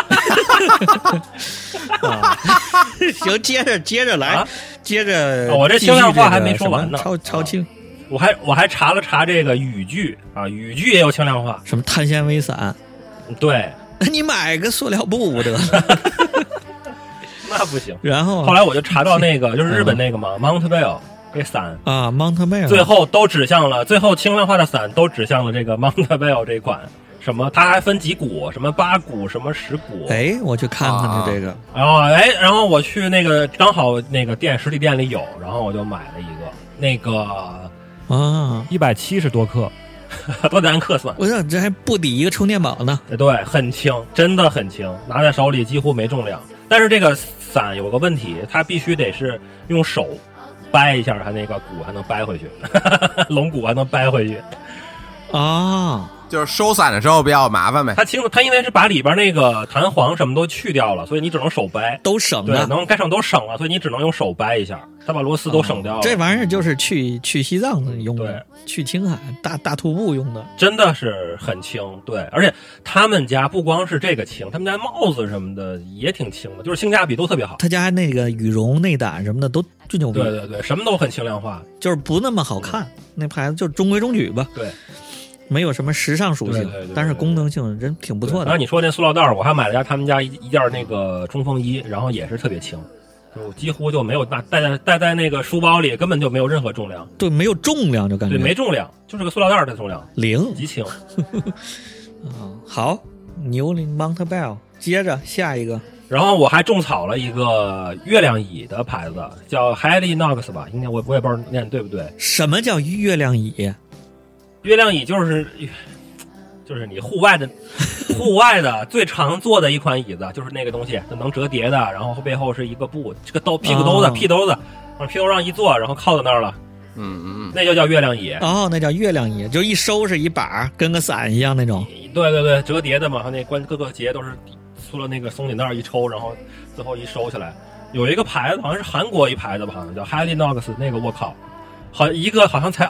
行，接着来，接着、 我这轻量化还没说完呢， 超轻。 我还查了查这个雨具啊，雨具也有轻量化， 什么碳纤维伞？ 对， 那你买个塑料布不得了？ 那不行。 然后后来我就查到那个就是日本那个嘛，Montbell。这伞啊 ，Montbell 最后都指向了，最后轻量化的伞都指向了这个 Montbell 这款。什么？它还分几股？什么8股？什么10股？ 哎，我去看看这个。 然后我去那个刚好那个实体店里有，然后我就买了一个那个啊 ，170多克， 多单克算。 我想这还不抵一个充电宝呢。 对，很轻，真的很轻，拿在手里几乎没重量。但是这个伞有个问题，它必须得是用手掰一下，它那个骨还能掰回去，龙骨还能掰回去。 啊， 就是收伞的时候比较麻烦呗。 它因为是把里边那个弹簧什么都去掉了，所以你只能手掰， 都省对， 了。 该省都省了，所以你只能用手掰一下。它把螺丝都省掉了。 这玩意儿就是去西藏用的， 对， 去青海大徒步用的， 真的是很轻。对，而且他们家不光是这个轻，他们家帽子什么的也挺轻的，就是性价比都特别好。 他家那个羽绒内胆什么的都巨牛逼。 对对对，什么都很轻量化， 就是不那么好看，那牌子就中规中矩吧。 对。 没有什么时尚属性， 对对对对， 但是功能性真挺不错的。 然后你说那塑料袋，我还买了他们家一件那个冲锋衣，然后也是特别轻，就几乎就没有带在那个书包里，根本就没有任何重量。 对，没有重量就感觉。 对，没重量，就是个塑料袋的重量， 零， 极轻。 好，牛铃 Montbell， 接着下一个。 然后我还种草了一个月亮椅的牌子，叫 Helinox 吧，应该我也不知道念对不对。 什么叫月亮椅？ 月亮椅就是你户外的最常坐的一款椅子，就是那个东西，能折叠的，然后背后是一个布，这个屁股兜子，屁兜子，往屁股上一坐，然后靠在那儿了。那就叫月亮椅。 哦，那叫月亮椅，就一收是一把，跟个伞一样那种。 对对对，折叠的嘛，它那各个节都是除了那个松紧带一抽，然后最后一收起来。有一个牌子好像是韩国一牌子吧，好像叫 Helinox， 那个我靠。好像才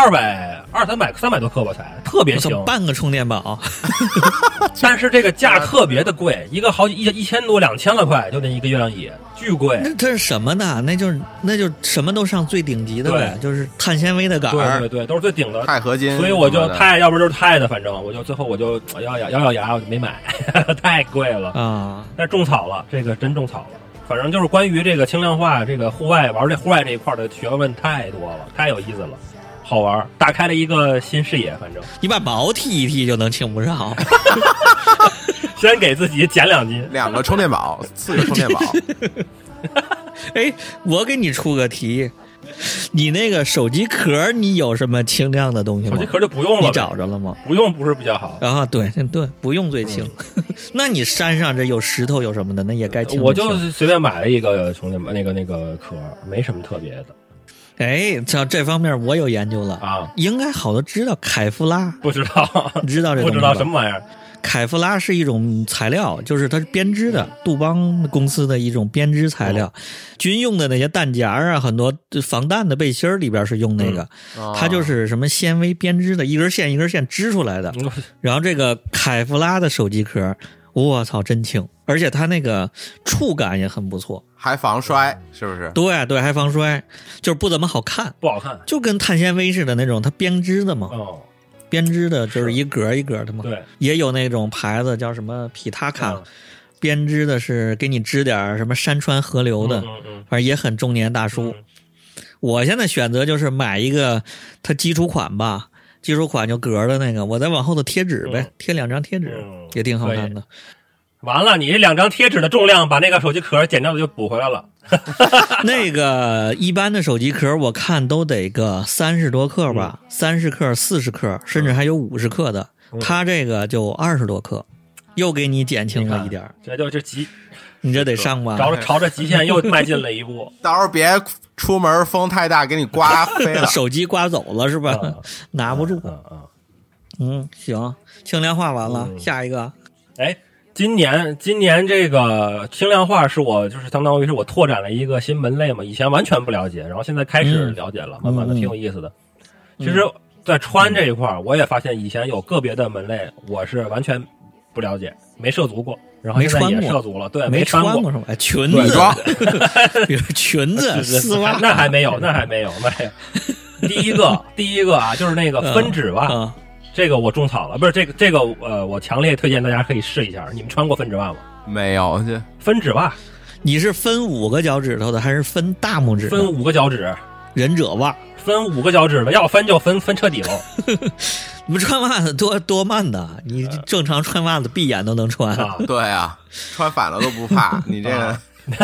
300多克吧，才特别轻， 半个充电宝。 但是这个价特别的贵，一个好几1000多2000了块，就那一个月亮椅，巨贵。 那这是什么呢？那就什么都上最顶级的呗，就是碳纤维的杆儿， 对对对，都是最顶的钛合金。 所以我就要不就是钛的，反正最后我就咬牙，我就没买，太贵了啊！但是种草了，这个真种草了。反正就是关于这个轻量化，这个户外这一块的学问太多了，太有意思了，好玩，打开了一个新视野。反正你把毛剃一剃就能轻不上。 先给自己减2斤 ，2个充电宝，4个充电宝。 哎，我给你出个题，你那个手机壳你有什么轻量的东西吗？ 手机壳就不用了， 你找着了吗？ 不用不是比较好啊？对，不用最轻。那你山上这有石头有什么的，那也该轻。 我就随便买了一个充电那个壳，没什么特别的。 哎，这方面我有研究了啊， 应该好多知道凯夫拉， 不知道， 你知道这不知道什么玩意儿？ 凯夫拉是一种材料，就是它是编织的，杜邦公司的一种编织材料。军用的那些弹夹啊，很多防弹的背心里边是用那个，它就是什么纤维编织的，一根线一根线织出来的。然后这个凯夫拉的手机壳，我操，真轻，而且它那个触感也很不错， 还防摔，是不是？ 对对，还防摔，就是不怎么好看， 不好看， 就跟碳纤维似的那种，它编织的嘛。 哦。 编织的就是一格一格的嘛， 对， 也有那种牌子叫什么皮塔卡，编织的是给你织点什么山川河流的，反正也很中年大叔。我现在选择就是买一个它基础款吧，基础款就格的那个，我再往后头贴纸呗，贴2张贴纸也挺好看的。 完了，你这2张贴纸的重量把那个手机壳剪掉的就补回来了。 那个一般的手机壳我看都得个30多克吧，30克、40克，甚至还有50克的。它这个就20多克，又给你减轻了一点。 这就是极， 你这得上吧？ 朝着极限又迈进了一步。 到时候别出门风太大，给你刮飞了， 手机刮走了是吧？拿不住。行，轻量化完了，下一个。 哎。今年这个轻量化是我就是相当于是我拓展了一个新门类嘛，以前完全不了解，然后现在开始了解了，慢慢的挺有意思的。其实，在穿这一块我也发现以前有个别的门类我是完全不了解，没涉足过，然后现在也涉足了，对， 没穿过什么裙子装，比如裙子、丝袜， 那还没有。第一个啊，就是那个分趾袜。这个我种草了，不是这个我强烈推荐大家可以试一下。你们穿过分趾袜吗？ 没有， 分趾袜， 你是分5个脚趾头的，还是分大拇指？ 分5个脚趾， 忍者袜， 分5个脚趾的，要分就分彻底了。 你们穿袜子多慢的，你正常穿袜子闭眼都能穿。 对啊，穿反了都不怕。你这个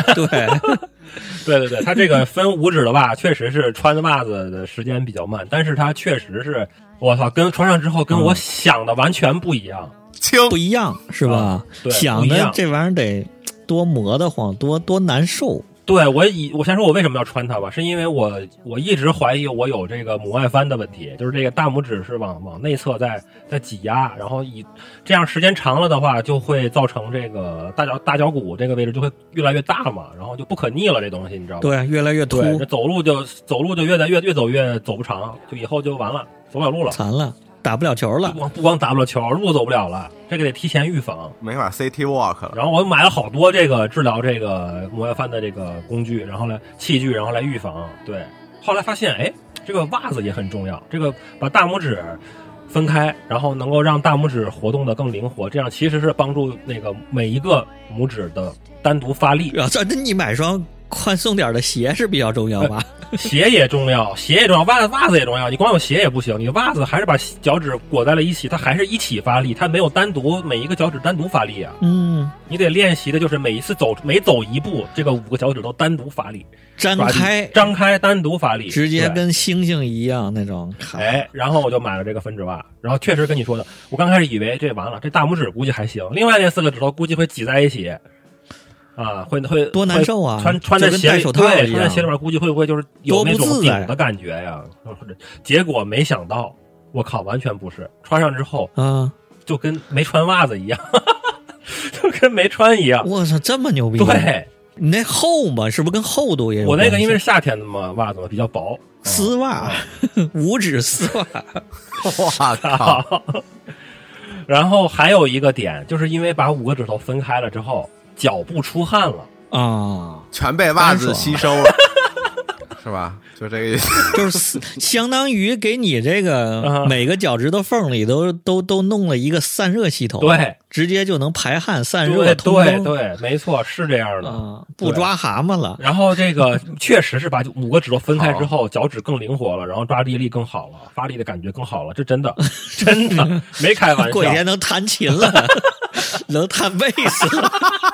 对，它这个分5指的袜确实是穿的袜子的时间比较慢，但是它确实是。我操，跟穿上之后跟我想的完全不一样， 不一样是吧？ 对， 想的这玩意儿得多磨得慌，多难受。 对我先说我为什么要穿它吧，是因为我一直怀疑我有这个母外翻的问题，就是这个大拇指是往内侧在挤压，然后这样时间长了的话，就会造成这个大脚骨这个位置就会越来越大嘛，然后就不可逆了这东西，你知道吗？ 对，越来越凸， 对，这走路就越走越走不长，就以后就完了，走不了路了， 残了，打不了球了。 不光打不了球，路走不了了，这个得提前预防， 没法 City Walk 了。 然后我买了好多这个治疗这个母外翻的这个工具，然后器具，然后来预防。对，后来发现，哎，这个袜子也很重要。这个把大拇指分开，然后能够让大拇指活动的更灵活，这样其实是帮助那个每一个拇指的单独发力。 这你买双宽松点的鞋是比较重要吧？ 鞋也重要，袜子也重要。你光有鞋也不行，你袜子还是把脚趾裹在了一起，它还是一起发力，它没有单独每一个脚趾单独发力啊。你得练习的就是每走一步，这个5个脚趾都单独发力，张开单独发力， 直接跟星星一样那种。 哎，然后我就买了这个分指袜，然后确实跟你说的，我刚开始以为这完了，这大拇指估计还行，另外那4个指头估计会挤在一起。啊，会多难受啊！ 穿在鞋里， 对， 穿在鞋里面估计会不会就是有那种顶的感觉呀？结果没想到，我靠，完全不是，穿上之后，就跟没穿袜子一样，就跟没穿一样。 我操，这么牛逼！ 对， 你那厚吗？是不是跟厚度也有？ 我那个因为是夏天的嘛，袜子比较薄， 丝袜，5指丝袜。 哇靠！ 然后还有一个点，就是因为把5个指头分开了之后。脚不出汗了啊， 全被袜子吸收了，是吧？就这个意思， 就是相当于给你这个每个脚趾头缝里都弄了一个散热系统， 对， 直接就能排汗散热。 对，没错，是这样的， 不抓蛤蟆了。 然后这个确实是把5个指头分开之后，脚趾更灵活了，然后抓地力更好了，发力的感觉更好了，这真的没开玩笑。 过几天能弹琴了，能弹贝斯了。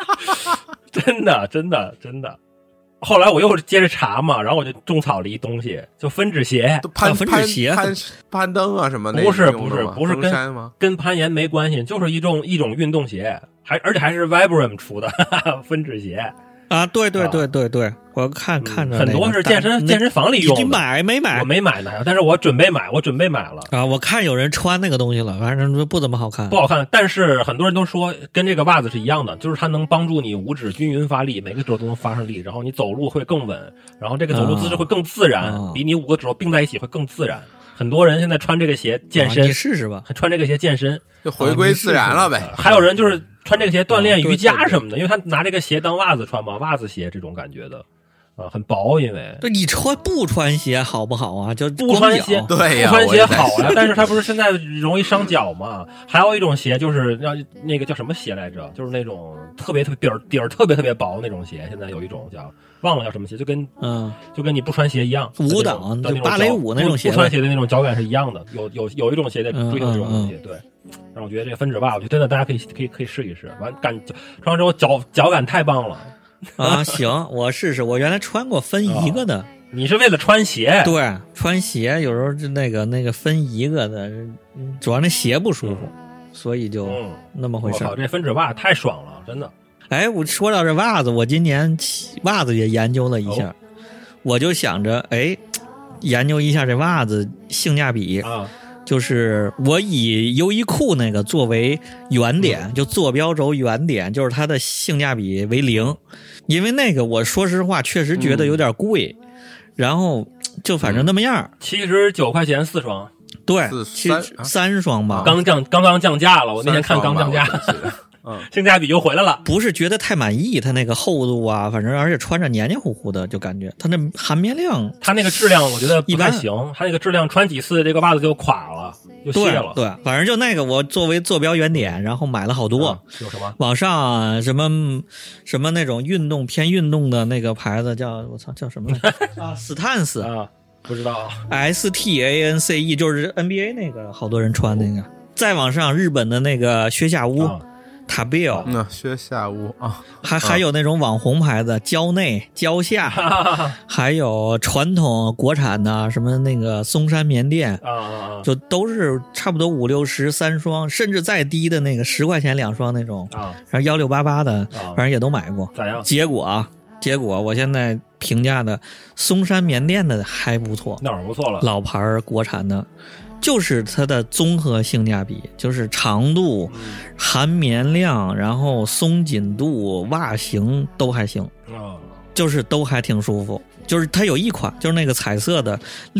真的，后来我又接着查嘛，然后我就种草了一东西，就分指鞋， 攀登啊什么的。 不是跟攀岩没关系，就是一种运动鞋，而且还是 Vibram 出的分指鞋啊！对，我看着很多是健身房里用的。 你买没买？ 我没买呢，但是我准备买了啊！我看有人穿那个东西了，反正不怎么好看， 不好看。但是很多人都说跟这个袜子是一样的，就是它能帮助你5指均匀发力，每个指头都能发上力，然后你走路会更稳，然后这个走路姿势会更自然，比你5个指头并在一起会更自然。很多人现在穿这个鞋健身， 你试试吧。 穿这个鞋健身， 就回归自然了呗。 还有人就是穿这个鞋锻炼瑜伽什么的，因为他拿这个鞋当袜子穿嘛，袜子鞋这种感觉的。很薄，因为对你不穿鞋好不好啊？就不穿鞋， 对呀， 不穿鞋好呀。但是它不是现在容易伤脚嘛？还有一种鞋就是让那个叫什么鞋来着？就是那种特别底儿特别薄那种鞋。现在有一种叫忘了叫什么鞋，就跟你不穿鞋一样， 舞蹈就芭蕾舞那种鞋， 不穿鞋的那种脚感是一样的。有一种鞋在追求这种东西，对。然后我觉得这个分指袜，我觉得真的大家可以试一试。完穿上之后脚感太棒了。 啊，行，我试试。我原来穿过分一个的。 你是为了穿鞋？ 对，穿鞋有时候就那个分一个的，主要那鞋不舒服，所以就那么回事。 我靠，这分指袜太爽了，真的。 哎，我说到这袜子，我今年袜子也研究了一下，我就想着，哎，研究一下这袜子性价比啊。就是我以优衣库那个作为原点，就坐标轴原点，就是它的性价比为0，因为那个我说实话确实觉得有点贵，然后就反正那么样 ，79块钱4双， 对，3双吧， 刚刚降价了，我那天看刚降价。性价比就回来了， 不是觉得太满意，它那个厚度啊，反正而且穿着黏黏糊糊的，就感觉它那含棉量， 它那个质量我觉得不太行，它那个质量穿几次这个袜子就垮了，就卸了。 对，反正就那个我作为坐标原点，然后买了好多。 有什么？ 网上什么那种偏运动的那个牌子叫什么啊？斯坦斯啊，不知道。 STANCE 就是 NBA 那个，好多人穿那个。再往上，日本的那个靴下屋。塔贝尔， 靴下屋啊， 还有那种网红牌子，蕉内、蕉下，还有传统国产的什么那个松山棉垫就都是差不多5、60 3双，甚至再低的那个10块钱2双那种然后1688的，反正也都买过。 咋样？ 结果结果我现在评价的松山棉店的还不错， 那会儿不错了， 老牌国产的，就是它的综合性价比，就是长度、含棉量，然后松紧度、袜型都还行，就是都还挺舒服。就是它有一款，就是那个彩色的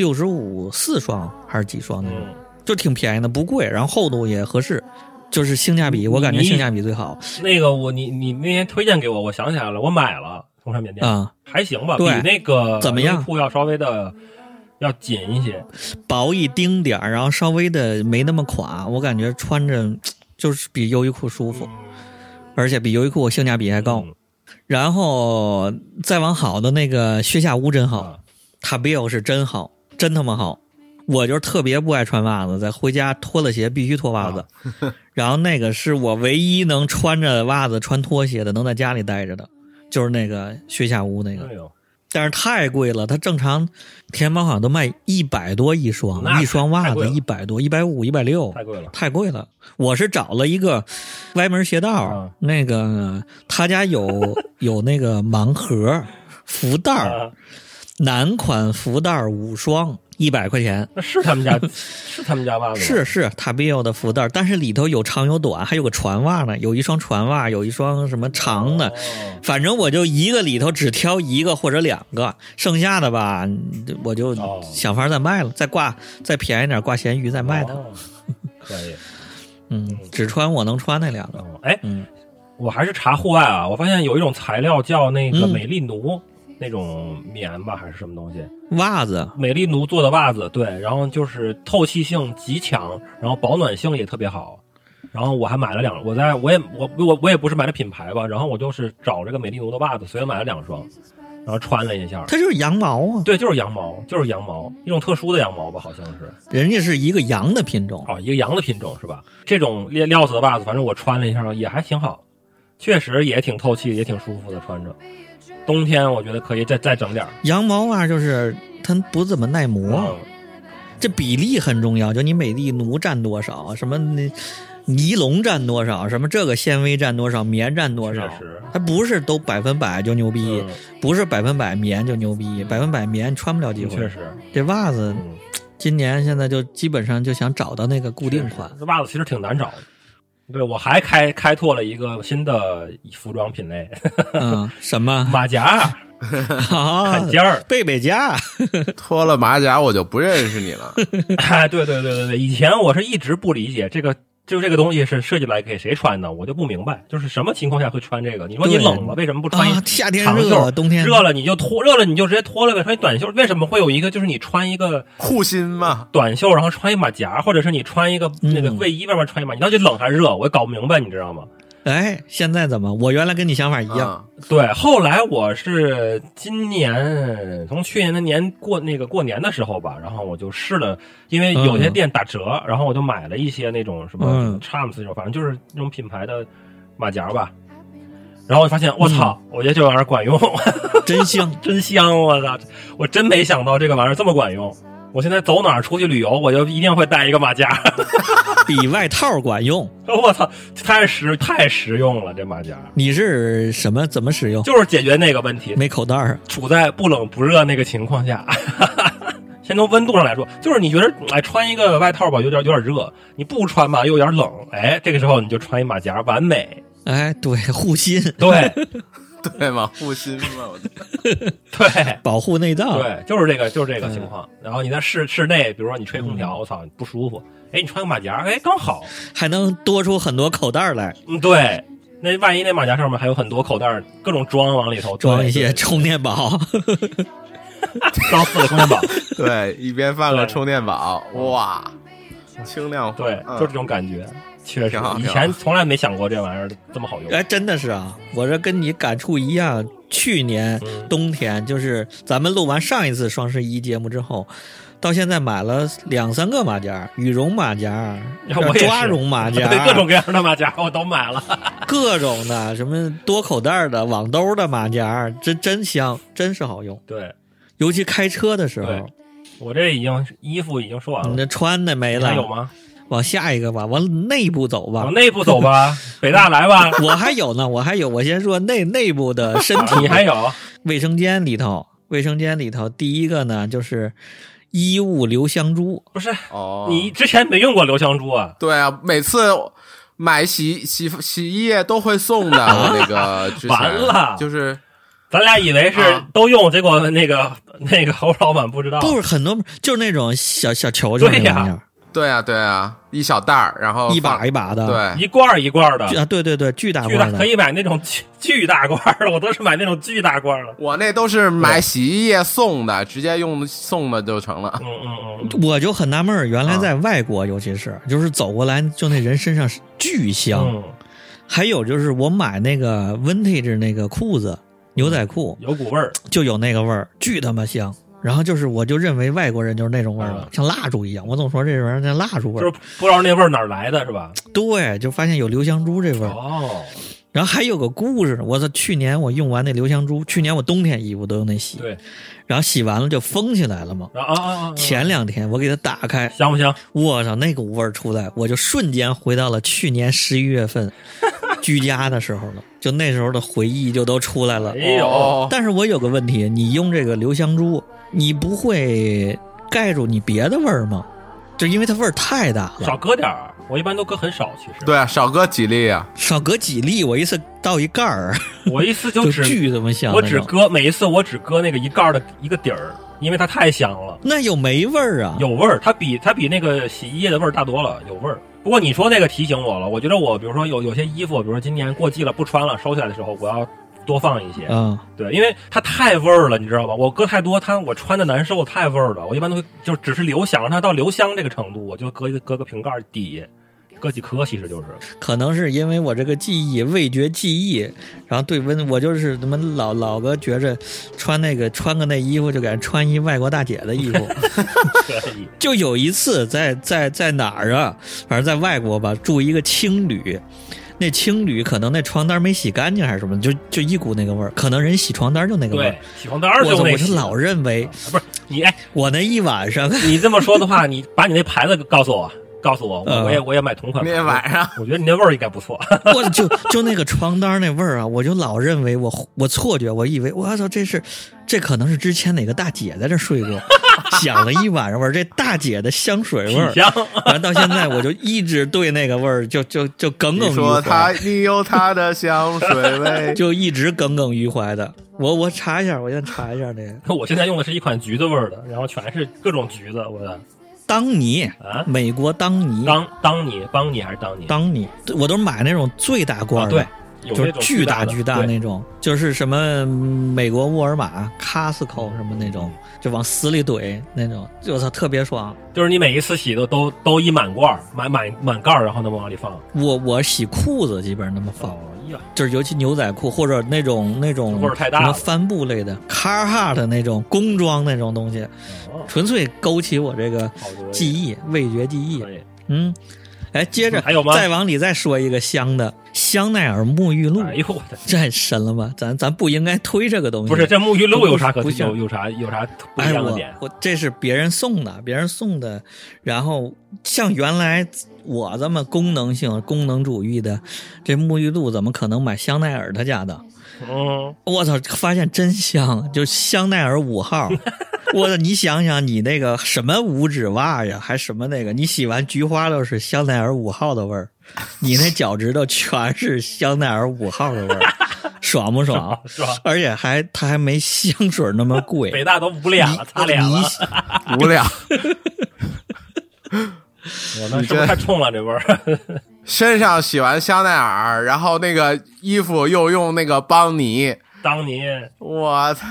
65 4双还是几双那种，就挺便宜的，不贵，然后厚度也合适。就是性价比，我感觉性价比最好。 那个你那天推荐给我想起来了，我买了松山棉店啊， 还行吧， 对， 比那个怎么样？ 铺要稍微的要紧一些， 薄一丁点儿，然后稍微的没那么垮，我感觉穿着就是比优衣库舒服，而且比优衣库性价比还高。然后再往好的那个靴下屋真好，塔比欧是真好，真他妈好。我就是特别不爱穿袜子，在回家脱了鞋必须脱袜子，然后那个是我唯一能穿着袜子穿拖鞋的，能在家里待着的，就是那个靴下屋那个。但是太贵了，它正常天猫好像都卖100多一双，一双袜子100多、150、160， 太贵了， 太贵了。我是找了一个歪门邪道，那个他家有那个盲盒福袋，男款福袋5双。100块钱， 那是他们家袜子吗？ 是塔比欧的福袋，但是里头有长有短，还有个船袜呢，有一双船袜，有一双什么长的，反正我就一个里头只挑一个或者2个，剩下的吧，我就想法再卖了，再便宜点挂闲鱼再卖它。 可以， 只穿我能穿那2个。 我还是查户外啊，我发现有一种材料叫那个美丽奴。那种棉吧还是什么东西？ 袜子， 美丽奴做的袜子，对，然后就是透气性极强，然后保暖性也特别好。然后我还买了我也不是买的品牌吧，然后我就是找这个美丽奴的袜子，随便买了2双，然后穿了一下。 它就是羊毛啊， 对，就是羊毛，一种特殊的羊毛吧，好像是。 人家是一个羊的品种一个羊的品种是吧？这种料子的袜子，反正我穿了一下也还挺好，确实也挺透气，也挺舒服的穿着。冬天我觉得可以再整点。 羊毛袜就是它不怎么耐磨，这比例很重要，就你美丽奴占多少，什么尼龙占多少，什么这个纤维占多少，棉占多少，它不是都100%就牛逼，不是100%棉就牛逼，100%棉穿不了几回。 确实， 这袜子今年现在就基本上就想找到那个固定款。 这袜子其实挺难找的。对，我还开拓了一个新的服装品类， 什么马甲、坎肩儿、 贝夹， 脱了马甲我就不认识你了。 对，以前我是一直不理解这个东西是设计来给谁穿的，我就不明白，就是什么情况下会穿这个？你说你冷了，为什么不穿夏天长袖？ 冬天热了你就脱，热了你就直接脱了呗，穿短袖。为什么会有一个就是你穿一个护心嘛短袖，然后穿一马甲，或者是你穿一个那个卫衣外面穿一马，你到底冷还是热？我搞不明白，你知道吗？ 哎，现在怎么？我原来跟你想法一样。 对，后来我是今年从去年的过年的时候吧，然后我就试了，因为有些店打折，然后我就买了一些那种什么 Charms 这种，反正就是那种品牌的马甲吧。然后我发现，我操，我觉得这玩意儿管用， 真香， 真香！我操，我真没想到这个玩意儿这么管用。我现在走哪儿出去旅游，我就一定会带一个马甲， 比外套管用。 我操，太实用了，这马甲。 你是怎么使用？ 就是解决那个问题， 没口袋儿， 处在不冷不热那个情况下。先从温度上来说，就是你觉得穿一个外套吧有点热，你不穿吧又有点冷，这个时候你就穿一马甲完美。 对，护心， 对。 对嘛，护心嘛， 对， 保护内脏， 对，就是这个情况。然后你在室内，比如说你吹空调，我操，不舒服，你穿个马甲，刚好， 还能多出很多口袋来。 对，那万一那马甲上面还有很多口袋，各种装往里头， 装一些充电宝， 装4个充电宝， 对，一边放个充电宝，哇，轻量化， 对，就这种感觉。确实，以前从来没想过这玩意儿这么好用。 真的是啊，我这跟你感触一样。去年冬天，就是咱们录完上一次双11节目之后，到现在买了2、3个马甲，羽绒马甲、抓绒马甲， 对，各种各样的马甲我都买了， 各种的，什么多口袋的、网兜的马甲，真香，真是好用。 对， 尤其开车的时候。 我这衣服已经说完了， 你这穿的没了， 还有吗？ 往下一个吧，往内部走吧。 往内部走吧，北大来吧。 我还有呢，我先说内部的身体。 你还有卫生间里头第一个呢就是衣物留香珠。 不是？ 哦， 你之前没用过留香珠啊？ 对啊，每次买洗衣液都会送的。我那个之前完了， 就是咱俩以为是都用，结果那个侯老板不知道， 不是很多，就是那种小球球那玩意儿。 对啊，一小袋儿，然后一把一把的， 对， 一罐一罐的啊，对，巨大罐的， 可以买那种巨大罐的，我都是买那种巨大罐的。 我那都是买洗衣液送的，直接用送的就成了。 我就很纳闷，原来在外国，尤其是就是走过来，就那人身上是巨香。还有就是我买那个 vintage 那个裤子，牛仔裤有股味儿， 就有那个味儿，巨他妈香。然后就是，我就认为外国人就是那种味儿了，像蜡烛一样。我总说这玩意儿像蜡烛味儿， 就是不知道那味儿哪儿来的，是吧？ 对，就发现有留香珠这味儿。 哦。 然后还有个故事，我操！去年我用完那留香珠，去年我冬天衣服都用那洗， 对， 然后洗完了就封起来了嘛。前2天我给它打开， 香不香？ 我操，那股味儿出来，我就瞬间回到了去年11月份居家的时候了，就那时候的回忆就都出来了。 哎呦！ 但是我有个问题，你用这个留香珠，你不会盖住你别的味儿吗？就因为它味儿太大了， 少搁点儿。我一般都搁很少，其实。 对啊，少搁几粒啊， 少搁几粒，我一次倒一盖儿， 我一次就巨这么香。 我只搁每一次我只搁那个一盖的一个底儿，因为它太香了。 那有没味儿啊？ 有味儿，它比那个洗衣液的味儿大多了，有味儿。不过你说那个提醒我了，我觉得我比如说有些衣服，比如说今年过季了不穿了，收起来的时候我要多放一些。对，因为它太味儿了，你知道吧？我搁太多，我穿的难受，太味儿了。我一般都会就只是留想让它到留香这个程度，我就搁个瓶盖底下。搁几颗其实就是， 可能是因为我这个记忆味觉记忆，然后对我就是他妈老个觉着穿个那衣服就敢穿一外国大姐的衣服。就有一次在哪儿啊？反正在外国吧，住一个青旅。那青旅可能那床单没洗干净还是什么，就一股那个味儿，可能人洗床单就那个味儿。 对，洗床单就那个。 我就老认为不是你我那一晚上， 你这么说的话，你把你那牌子告诉我，我也买同款。 那天晚上， 我觉得你那味儿应该不错。 我就那个床单那味儿啊，我就老认为我错觉，我以为我操这可能是之前哪个大姐在这睡过，想了一晚上味儿，这大姐的香水味儿，然后到现在我就一直对那个味儿就耿耿于怀。 你说你有她的香水味， 就一直耿耿于怀的。我查一下，我先查一下这个。 我现在用的是一款橘子味儿的，然后全是各种橘子，我的。 当尼啊， 美国当尼， 当尼，邦尼还是当尼？ 当尼，我都是买那种最大罐的， 对， 就是巨大那种，就是什么美国沃尔玛、Costco 什么那种，就往死里怼那种，我操，特别爽。 就是你每一次洗都一满罐，满盖，然后那么往里放。 我洗裤子基本上那么放。就是尤其牛仔裤或者那种味儿太大什么帆布类的 Carhartt 那种工装那种东西，纯粹勾起我这个记忆，味觉记忆。接着还有吗？ 再往里再说一个香的香奈儿沐浴露。 哎呦我的， 这太深了吧？咱不应该推这个东西。 不是，这沐浴露有啥可有啥不一样的点？ 我这是别人送的，然后像原来我这么功能主义的，这沐浴露怎么可能买香奈儿他家的？我操，发现真香，就香奈儿5号。你想想，你那个什么五指袜呀，还什么那个，你洗完菊花都是香奈儿5号的味儿，你那脚趾头全是香奈儿5号的味儿，爽不爽？ 爽！ 而且它还没香水那么贵。 北大都捂脸了，擦脸了， 无聊。 我那是不是太冲了这味儿？ 身上洗完香奈儿，然后那个衣服又用那个邦尼，我操！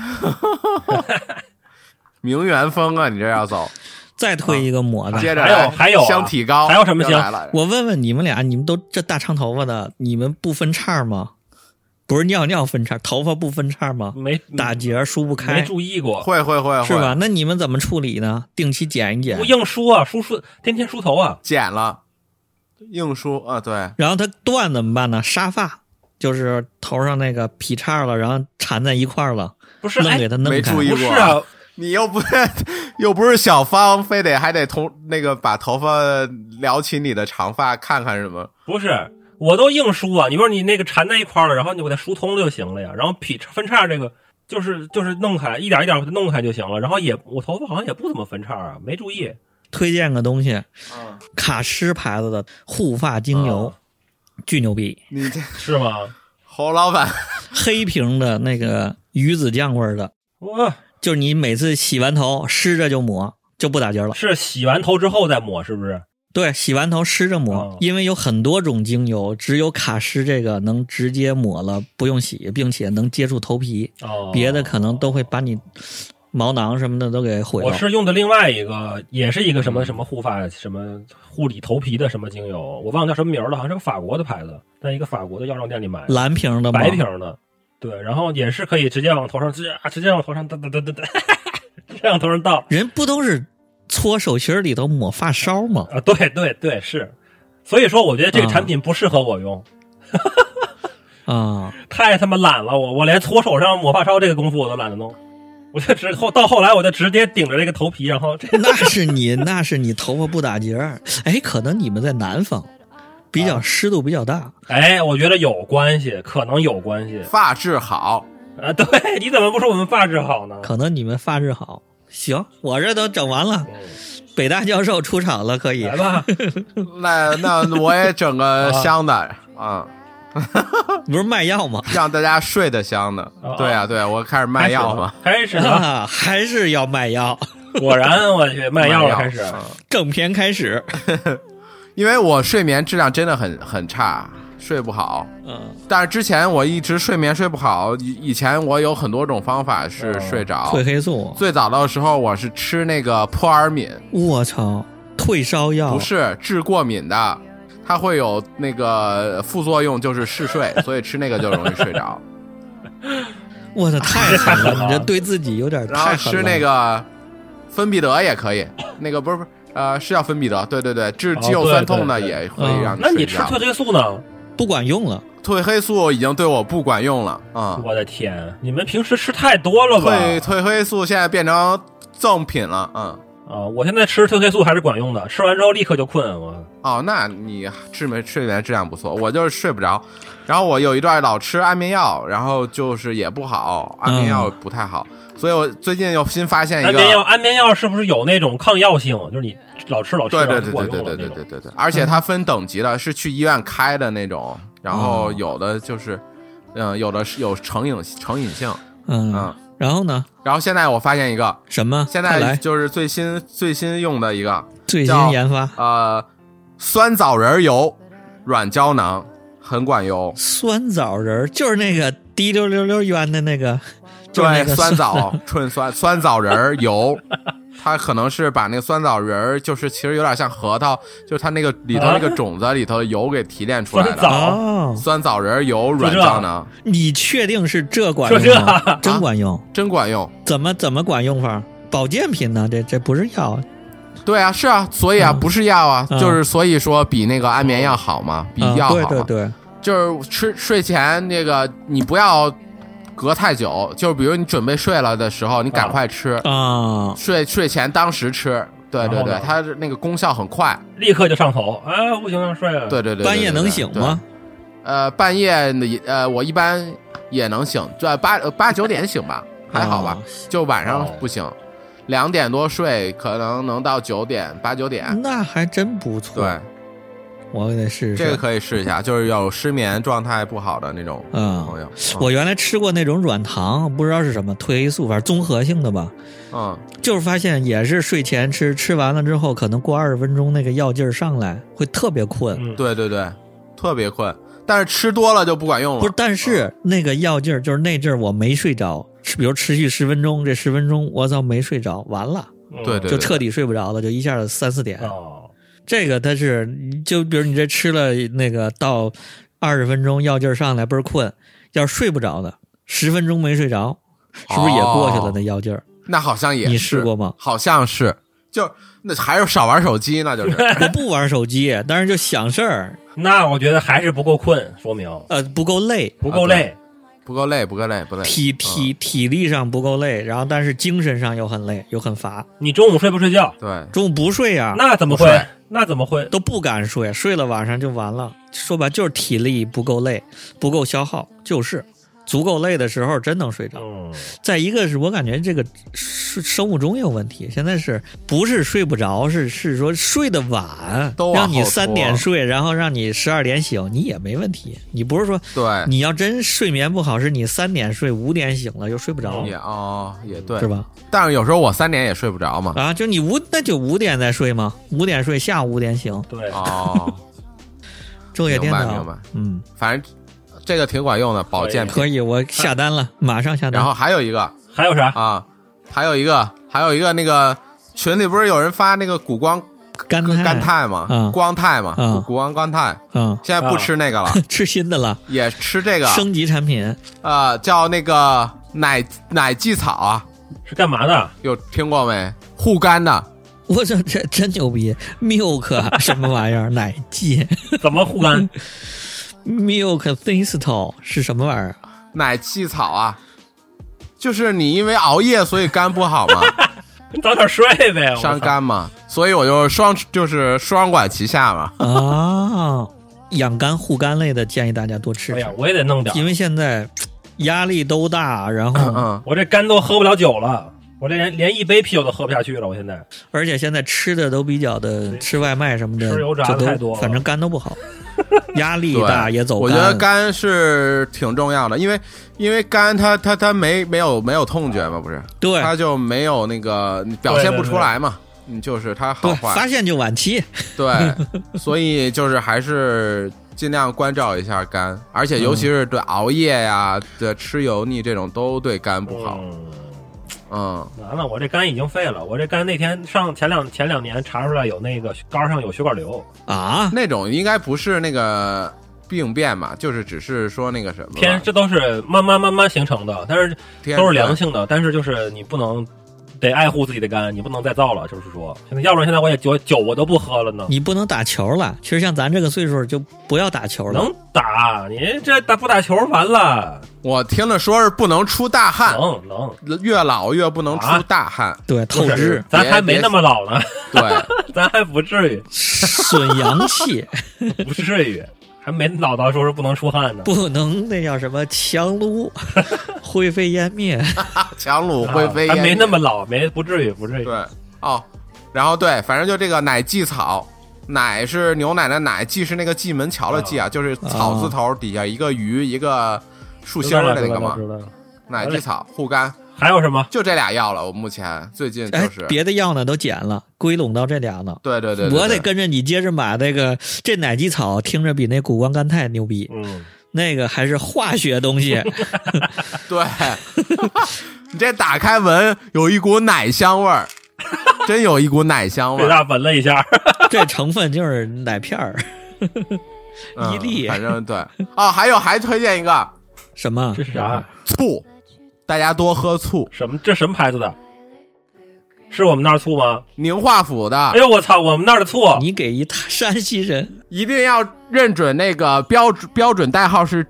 名媛风啊，你这要走。 再推一个抹的， 接着还有香体膏， 还有什么香？ 我问问你们俩，你们都这大长头发的，你们不分叉吗？不是尿分叉，头发不分叉吗？ 没打结梳不开， 没注意过。 会是吧？那你们怎么处理呢？定期剪一剪。 不硬梳啊，梳天天梳头啊。 剪了，硬梳啊，对。 然后它断怎么办呢？沙发就是头上那个劈叉了，然后缠在一块了。 不是， 弄给它弄开。 没注意过。 不是啊。 你又不又不是小芳，非得还得把头发撩起你的长发看看什么？ 不是，我都硬梳啊！你说你那个缠在一块了，然后你给它梳通了就行了呀。然后分叉这个就是弄开，一点一点给它弄开就行了。然后我头发好像也不怎么分叉啊，没注意。 推荐个东西，卡诗牌子的护发精油，巨牛逼。 你这是吗？ 侯老板， 黑瓶的那个鱼子酱味的， 哇！ 就是你每次洗完头湿着就抹，就不打结了。 是洗完头之后再抹，是不是？ 对，洗完头湿着抹，因为有很多种精油，只有卡诗这个能直接抹了不用洗，并且能接触头皮，别的可能都会把你毛囊什么的都给毁了。 我是用的另外一个，也是一个什么护发什么护理头皮的什么精油，我忘了叫什么名了，好像是个法国的牌子，在一个法国的药妆店里买的， 蓝瓶的吗？ 白瓶的。对，然后也是可以直接往头上，直接往头上哒，直接往头上倒。 人不都是搓手心里头抹发梢吗？ 啊，对，是。所以说，我觉得这个产品不适合我用。 啊， 太他妈懒了，我连搓手上抹发梢这个功夫我都懒得弄。我就到后来我就直接顶着这个头皮，然后那是你头发不打结儿。哎，可能你们在南方。比较湿度比较大， 哎，我觉得有关系，可能有关系。 发质好啊，对，你怎么不说我们发质好呢？ 可能你们发质好。行，我这都整完了，北大教授出场了，可以来吧？ 那我也整个香的啊， 不是卖药吗？ 让大家睡得香的。对啊，我开始卖药嘛， 开始了， 还是要卖药。 果然，我去卖药了，开始正片开始。 因为我睡眠质量真的很差，睡不好。但是之前我一直睡眠睡不好，以前我有很多种方法是睡着。 褪黑素。 最早的时候我是吃那个扑尔敏。 我操，退烧药？ 不是，治过敏的，它会有那个副作用，就是嗜睡，所以吃那个就容易睡着。 我操，太狠了！你这对自己有点太狠了。 然后吃那个芬必得也可以，那个不是。是叫芬必得，对，治肌肉酸痛的也会让你睡觉。 那你吃褪黑素呢？ 不管用了， 褪黑素已经对我不管用了啊！ 我的天，你们平时吃太多了吧？ 褪黑素现在变成赠品了， 我现在吃褪黑素还是管用的，吃完之后立刻就困。 那你睡眠质量不错，我就是睡不着。然后我有一段老吃安眠药，然后就是也不好，安眠药不太好。所以我最近又新发现一个安眠药是不是有那种抗药性？就是你老吃对，而且它分等级的，是去医院开的那种，然后有的就是有的是有成瘾性。 然后呢？ 然后现在我发现一个什么？ 现在就是最新用的一个最新研发酸枣仁油软胶囊，很管用。 酸枣仁就是那个滴溜溜溜圆的那个。 对，酸枣纯酸枣仁油，它可能是把那个酸枣仁，就是其实有点像核桃，就是它那个里头那个种子里头油给提炼出来的。酸枣仁油软胶囊， 你确定是这管用吗？真管用， 真管用。 怎么管用法？保健品呢？这不是药。 对啊，是啊，所以啊，不是药啊，就是所以说比那个安眠药好嘛，比药好嘛。 对， 就是睡前那个你不要隔太久，就是比如你准备睡了的时候，你赶快吃啊！睡前当时吃，对，它那个功效很快， 立刻就上头啊！不行，要睡了。 对， 半夜能醒吗？ 半夜我一般也能醒，这8、9点醒吧，还好吧，就晚上不行，2点多睡，可能能到9点8、9点， 那还真不错。 对。 我得试试， 这个可以试一下，就是有失眠状态不好的那种朋友。 我原来吃过那种软糖，不知道是什么褪黑素，反正综合性的吧。就是发现也是睡前吃完了之后，可能过20分钟那个药劲儿上来，会特别困。 对，特别困。但是吃多了就不管用了。 不是，但是那个药劲儿就是那阵儿我没睡着，比如持续10分钟，这10分钟我操没睡着，完了， 对， 就彻底睡不着了，就一下子3、4点。这个它是，就比如你这吃了那个到20分钟药劲儿上来倍儿困，要是睡不着的10分钟没睡着，是不是也过去了那药劲儿？ 那好像也是， 你试过吗？ 好像是，就那还是少玩手机，那就是我不玩手机，但是就想事儿。 那我觉得还是不够困，说明不够累， 不够累。 不够累。 体力上不够累，然后但是精神上又很累又很乏。 你中午睡不睡觉？ 对， 中午不睡呀， 那怎么会？那怎么会？ 都不敢睡，睡了晚上就完了。说白就是体力不够累，不够消耗，就是足够累的时候真能睡着。再一个是我感觉这个生物钟有问题，现在是不是睡不着，是说睡得晚，让你3点睡，然后让你12点醒，你也没问题。你不是说对， 你要真睡眠不好，是你3点睡5点醒了又睡不着， 也对， 是吧？ 但是有时候我3点也睡不着嘛。 啊，就你那就5点再睡嘛，5点睡，下午5点醒。 对昼夜颠倒。 明白。反正这个挺管用的保健品。 可以，我下单了，马上下单。 然后还有一个， 还有啥啊？还有一个那个群里不是有人发那个谷胱甘肽嘛，光肽嘛，谷胱甘肽。现在不吃那个了， 吃新的了， 也吃这个升级产品。 叫那个奶蓟草啊， 是干嘛的？ 有听过没？护肝的。 我这真牛逼 ，milk 什么玩意儿？奶蓟怎么护肝 ？milk thistle 是什么玩意儿？ 奶蓟草啊，就是你因为熬夜所以肝不好嘛， 你早点睡呗， 伤肝嘛，所以我就双管齐下嘛。 养肝护肝类的建议大家多吃。 哎呀，我也得弄点， 因为现在压力都大，然后我这肝都喝不了酒了。我这连一杯啤酒都喝不下去了，我现在。 而且现在吃的都比较的，吃外卖什么的， 吃油炸的太多了， 反正肝都不好，压力大也走肝。 我觉得肝是挺重要的，因为肝它没有痛觉嘛，不是？ 对， 它就没有那个表现不出来嘛，就是它好坏发现就晚期。 对，所以就是还是尽量关照一下肝，而且尤其是对熬夜呀、对吃油腻这种都对肝不好。 完了，我这肝已经废了。我这肝那天前两年查出来有那个肝上有血管瘤啊， 那种应该不是那个病变吧，就是只是说那个什么。 这都是慢慢形成的，但是都是良性的，但是就是你不能得爱护自己的肝，你不能再造了，就是说，要不然现在我也酒我都不喝了呢。 你不能打球了，其实像咱这个岁数就不要打球了。 能打，你这不打球完了。 我听着说是不能出大汗， 能越老越不能出大汗， 对，透支。 咱还没那么老呢， 对， 咱还不至于损阳气， 不至于。还没老到说是不能出汗呢， 不能那叫什么强撸灰飞烟灭， 强撸灰飞烟灭， 还没那么老，不至于。 对然后对，反正就这个奶蓟草，奶是牛奶的奶，蓟是那个蓟门桥的蓟啊，就是草字头底下一个鱼一个树心的那个嘛，奶蓟草护肝。 还有什么？ 就这俩药了，我目前最近就是。 别的药呢都减了，归拢到这俩呢。 对， 我得跟着你接着买这奶蓟草，听着比那谷胱甘肽牛逼。那个还是化学东西。 对，你这打开闻有一股奶香味儿，真有一股奶香味儿。 给大闻了一下， 这成分就是奶片儿，一粒。 反正对还推荐一个什么？ 这是啥？ 醋。大家多喝醋。 这什么牌子的？是我们那儿醋吗？ 宁化府的。 哎呦我操，我们那儿的醋！ 你给一山西人， 一定要认准那个标准代号是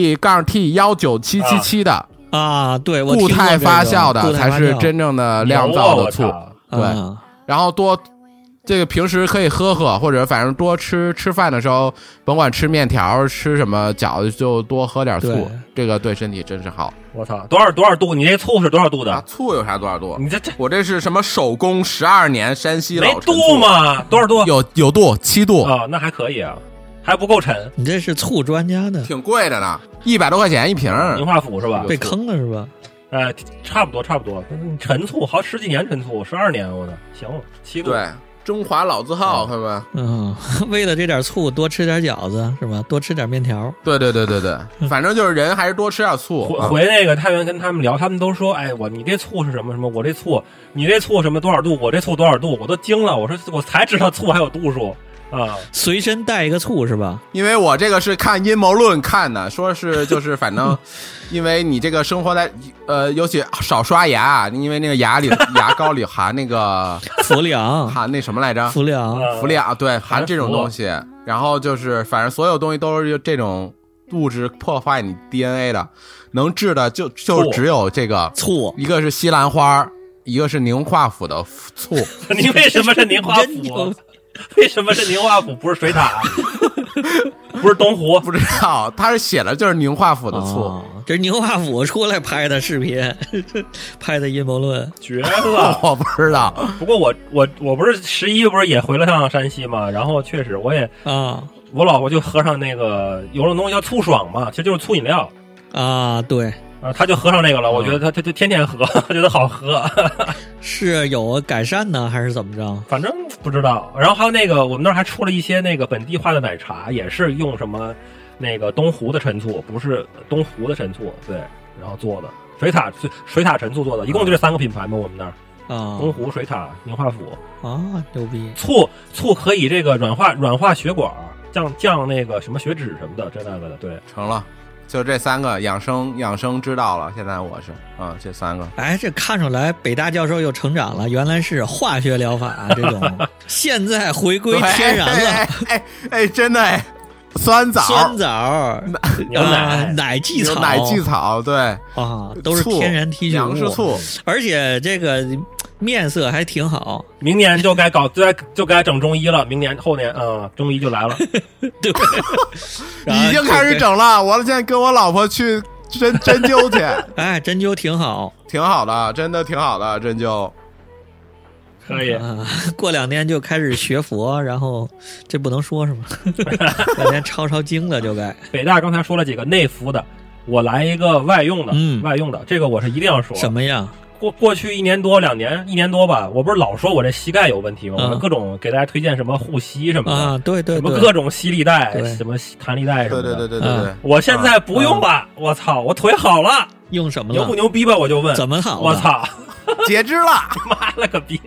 GB-T19777的啊！对， 固态发酵的才是真正的酿造的醋。对，然后这个平时可以喝，或者反正多吃饭的时候，甭管吃面条吃什么饺子，就多喝点醋，这个对身体真是好。 我操，多少度？你这醋是多少度的？ 醋有啥多少度？ 嗯你这我这是什么手工12年山西老陈醋。 没度吗？多少度？ 有度，7度啊，那还可以啊，还不够沉。 你这是醋专家的， 挺贵的呢，100多块钱一瓶。 宁化府是吧？ 被坑了是吧？ 差不多。陈醋好10几年，陈醋12年，我的行了，7度。 对。中华老字号，看吧。 为了这点醋，多吃点饺子是吧？多吃点面条。 对，反正就是人还是多吃点醋。 回那个太原跟他们聊，他们都说，哎，你这醋是什么什么？我这醋，你这醋什么多少度？我这醋多少度？我都惊了。我说我才知道醋还有度数啊！ 随身带一个醋是吧？ 因为我这个是看阴谋论看的，说是就是反正，因为你这个生活在尤其少刷牙，因为那个牙膏里含那个氟良， 含那什么来着？ 氟良， 对，含这种东西。然后就是反正所有东西都是这种物质破坏你 DNA 的，能治的就只有这个醋， 一个是西兰花，一个是宁化府的醋。 你为什么是宁化府？为什么是宁化府不是水塔？不是东湖？ 不知道，他是写的就是宁化府的醋。 哦，这是宁化府出来拍的视频，拍的阴谋论， 绝了！ 我不知道。 不过我不是11不是也回了趟山西嘛，然后确实我也啊， 我老婆就喝上那个有种东西叫醋爽嘛，其实就是醋饮料啊，对。 他就喝上那个了，我觉得他就天天喝，觉得好喝。 是有改善呢，还是怎么着？ 反正不知道。然后还有那个，我们那儿还出了一些那个本地化的奶茶，也是用什么那个东湖的陈醋，不是东湖的陈醋，对，然后做的水塔陈醋做的，一共就这3个品牌嘛，我们那儿啊， 东湖、水塔、宁化府啊，牛逼！ 醋可以这个软化血管，降那个什么血脂什么的，这那个的，对， 成了。就这3个养生知道了，现在我是这3个。 哎，这看出来北大教授又成长了，原来是化学疗法这种，现在回归天然了。 哎，真的哎，酸枣、 牛奶、 奶蓟草、 奶蓟草，对啊，都是天然提取物， 粮食醋， 而且这个面色还挺好。 明年就该整中医了，明年后年中医就来了。 对， 已经开始整了。我现在跟我老婆去针灸去。 哎，针灸挺好， 挺好的，真的挺好的针灸。 可以， 过2年就开始学佛，然后这不能说是吗？2年抄经了就该。 北大刚才说了几个内服的，我来一个外用的，外用的，这个我是一定要说。 什么呀？ 过去1年多2年1年多吧，我不是老说我这膝盖有问题吗？我各种给大家推荐什么护膝什么的啊，对， 什么各种吸力带，什么弹力带什么的， 对。 我现在不用了，我操，我腿好了。 用什么了？ 牛不牛逼吧？我就问。 怎么好？ 我操， 截肢了！ 妈了个逼！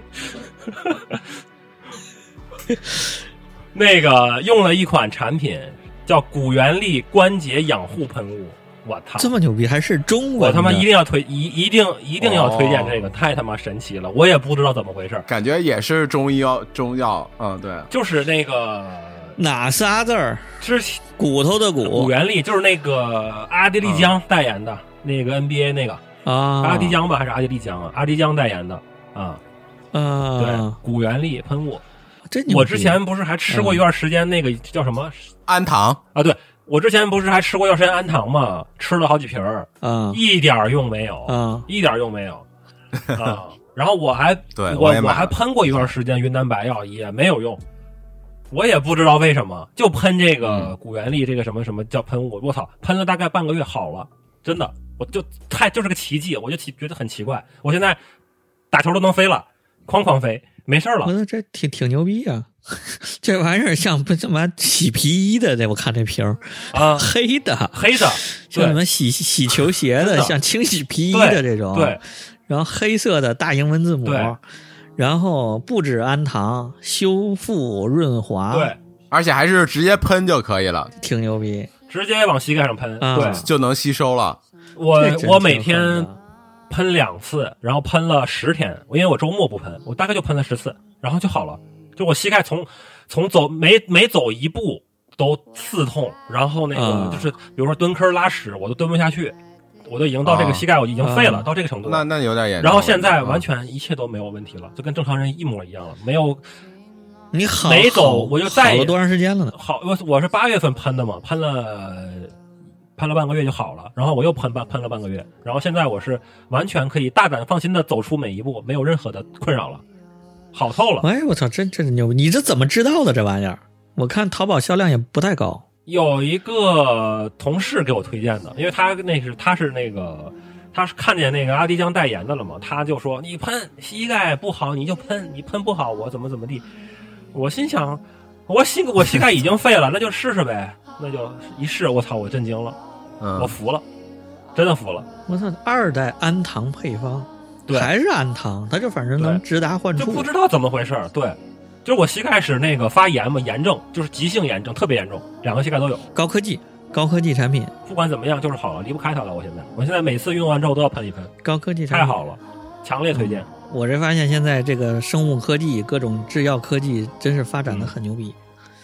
那个用了一款产品叫骨原力关节养护喷雾。我操， 这么牛逼，还是中文？ 我他妈一定要一定要推荐这个，太他妈神奇了！我也不知道怎么回事， 感觉也是中药，对， 就是那个哪仨字儿？ 是骨头的骨原力，就是那个阿迪丽江代言的那个 NBA 那个啊， 阿迪江吧还是阿迪丽江啊？阿迪江代言的啊，对，骨原力喷雾。我之前不是还吃过一段时间那个叫什么安糖啊？对。我之前不是还吃过一段时间安糖吗？吃了好几瓶儿，一点用没有，一点用没有啊。然后我还我还喷过一段时间云南白药，也没有用。我也不知道为什么，就喷这个骨原力这个什么什么叫喷雾，我操，喷了大概半个月好了，真的，我就是个奇迹，我就觉得很奇怪。我现在打球都能飞了，哐飞，没事了。 我说这挺牛逼啊。这玩意儿像不什么洗皮衣的，这我看这瓶啊，黑的，像什么洗球鞋的，像清洗皮衣的这种， 对， 然后黑色的大英文字母，然后不止安糖，修复润滑， 对， 而且还是直接喷就可以了， 挺牛逼， 直接往膝盖上喷，对， 就能吸收了。 我每天喷2次，然后喷了10天，因为我周末不喷，我大概就喷了10次，然后就好了。就我膝盖从走每走一步都刺痛，然后那个就是比如说蹲坑拉屎我都蹲不下去，我都已经到这个膝盖我已经废了，到这个程度。 那有点严重。 然后现在完全一切都没有问题了，就跟正常人一模一样了，没有。 你好， 没走我就再好了多长时间了呢？ 好，我是8月份喷的嘛，喷了半个月就好了，然后我又喷了半个月，然后现在我是完全可以大胆放心的走出每一步，没有任何的困扰了。好透了！ 哎，我操，真牛逼！你这怎么知道的这玩意儿？我看淘宝销量也不太高。 有一个同事给我推荐的，因为他是看见那个阿迪江代言的了嘛，他就说你喷膝盖不好你就喷，你喷不好我怎么地。我心想，我膝盖已经废了，那就试试呗。那就一试，我操，我震惊了，我服了，真的服了。 我操，2代安糖配方。 对， 还是安糖，它就反正能直达患处， 就不知道怎么回事。对，就是我膝盖是那个发炎嘛，炎症，就是急性炎症，特别严重，2个膝盖都有。 高科技产品， 不管怎么样就是好了，离不开它了。我现在每次用完之后都要喷一喷。 高科技产品太好了，强烈推荐。 我这发现现在这个生物科技、各种制药科技真是发展的很牛逼。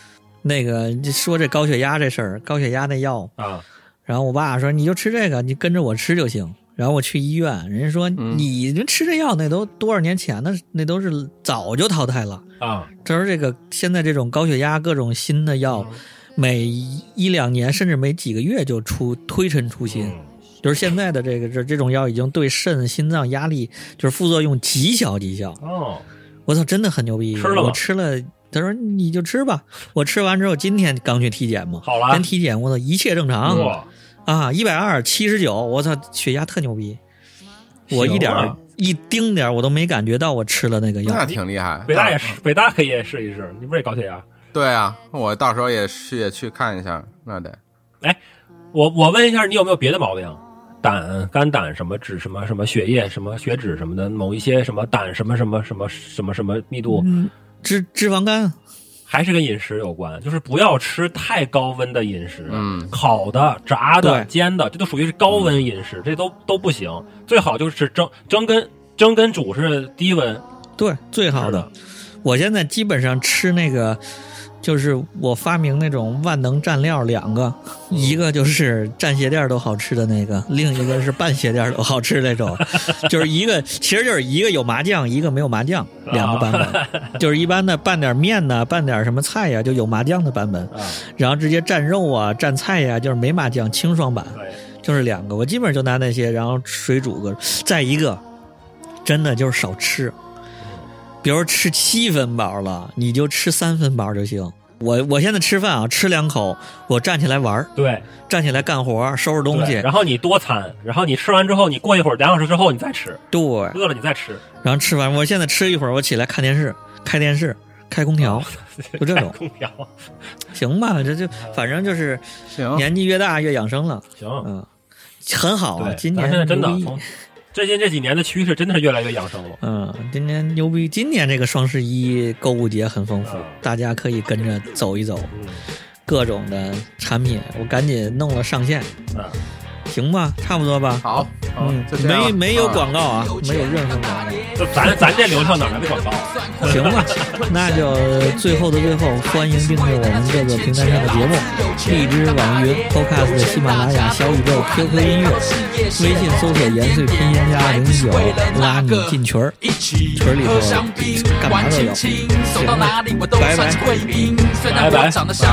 那个说这高血压这事儿，高血压那药啊， 然后我爸说你就吃这个，你跟着我吃就行。然后我去医院，人家说你吃这药那都多少年前的，那都是早就淘汰了啊。 这是这个现在这种高血压各种新的药，每1-2年甚至每几个月就推陈出新。就是现在的这种药已经对肾、心脏压力就是副作用极小哦。 我操，真的很牛逼！ 吃了吗？ 我吃了。他说你就吃吧。我吃完之后，今天刚去体检嘛， 好了， 先体检，我操，一切正常。啊，120 79，我操，血压特牛逼，我一丁点我都没感觉到我吃了那个药， 那挺厉害。 北大可以也试一试，你不是也高血压？ 对啊，我到时候也去看一下，那得。 哎，我问一下，你有没有别的毛病？肝胆什么脂什么血液什么血脂什么的，某一些什么胆什么密度， 脂肪肝。 还是跟饮食有关，就是不要吃太高温的饮食，烤的、炸的、煎的，这都属于是高温饮食，这都不行。最好就是蒸跟煮是低温， 对，最好的。我现在基本上吃那个，就是我发明那种万能蘸料2个，一个就是蘸鞋垫都好吃的那个，另一个是拌鞋垫都好吃那种，就是其实就是一个有麻酱，一个没有麻酱，2个版本，就是一般的拌点面呢，拌点什么菜呀，就有麻酱的版本，然后直接蘸肉啊、蘸菜呀，就是没麻酱清爽版，就是2个，我基本上就拿那些，然后水煮个。再一个，真的就是少吃。比如吃7分饱了，你就吃3分饱就行。我现在吃饭啊，吃2口，我站起来玩， 对， 站起来干活，收拾东西。 然后你多餐，然后你吃完之后，你过一会儿2小时之后你再吃， 对， 饿了你再吃。 然后吃完，我现在吃一会儿，我起来看电视，开电视，开空调，就这种。 空调， 行吧，这就反正就是年纪越大越养生了。 行， 很好啊，今年现在真的。最近这几年的趋势真的是越来越养生了。 今年牛逼！今年这个双11购物节很丰富，大家可以跟着走一走，各种的产品，我赶紧弄了上线。行吧，差不多吧。 好， 没有广告啊，没有任何广告。 咱这流程哪来的广告？ 行吧，那就最后的最后，欢迎订阅我们各个平台上的节目：荔枝、网易云、Podcast、喜马拉雅、小宇宙、QQ 音乐、微信搜索“延绥拼音加09”，拉你进群儿，群里头干嘛都有。行，拜拜。 拜拜。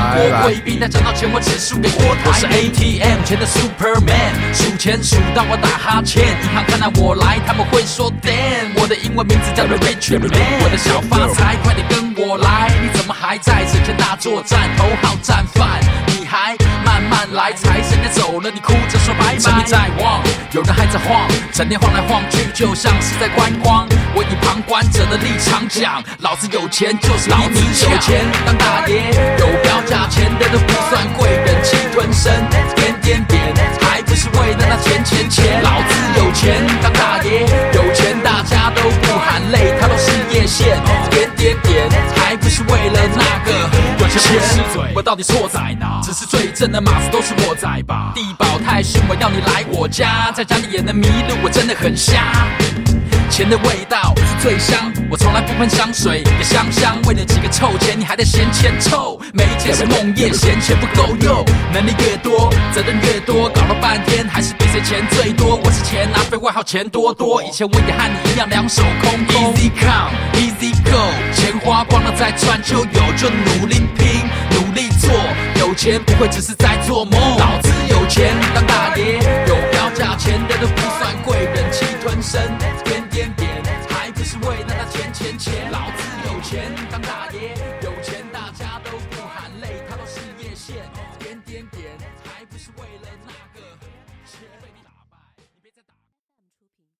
我是 ATM 前的 Superman。数钱数到我打哈欠，银行看到我来，他们会说 Damn， 我的英文名字叫做 Richard Man， 我的小发财，快点跟我来！你怎么还在这间大作战，头号战犯？你还慢慢来，财神也走了，你哭着说拜拜。生命在望，有人还在晃，整天晃来晃去，就像是在观光。我以旁观者的立场讲，老子有钱就是老子有钱当大爷，有标价钱的都不算贵人，气吞声，还不是为了那钱。老子有钱当大爷，有钱大家都不喊累，他都事业线，还不是为了那个有钱。我到底错在哪？只是最正的马子都是我在吧？地保太虚，我要你来我家，在家里也能迷路，我真的很瞎。钱的味道是最香，我从来不喷香水也香，为了几个臭钱你还在嫌钱臭，没钱是梦魇，嫌钱不够用，能力越多责任越多，搞了半天还是比谁钱最多，我是钱拿飞外号钱多多，以前我也和你一样两手空空。 Easy come easy go， 钱花光了再赚就有，就努力拼努力做，有钱不会只是在做梦，老子有钱当大爷，有标价钱的都不算贵人，气吞声还不是为了那钱，老子有钱当大爷。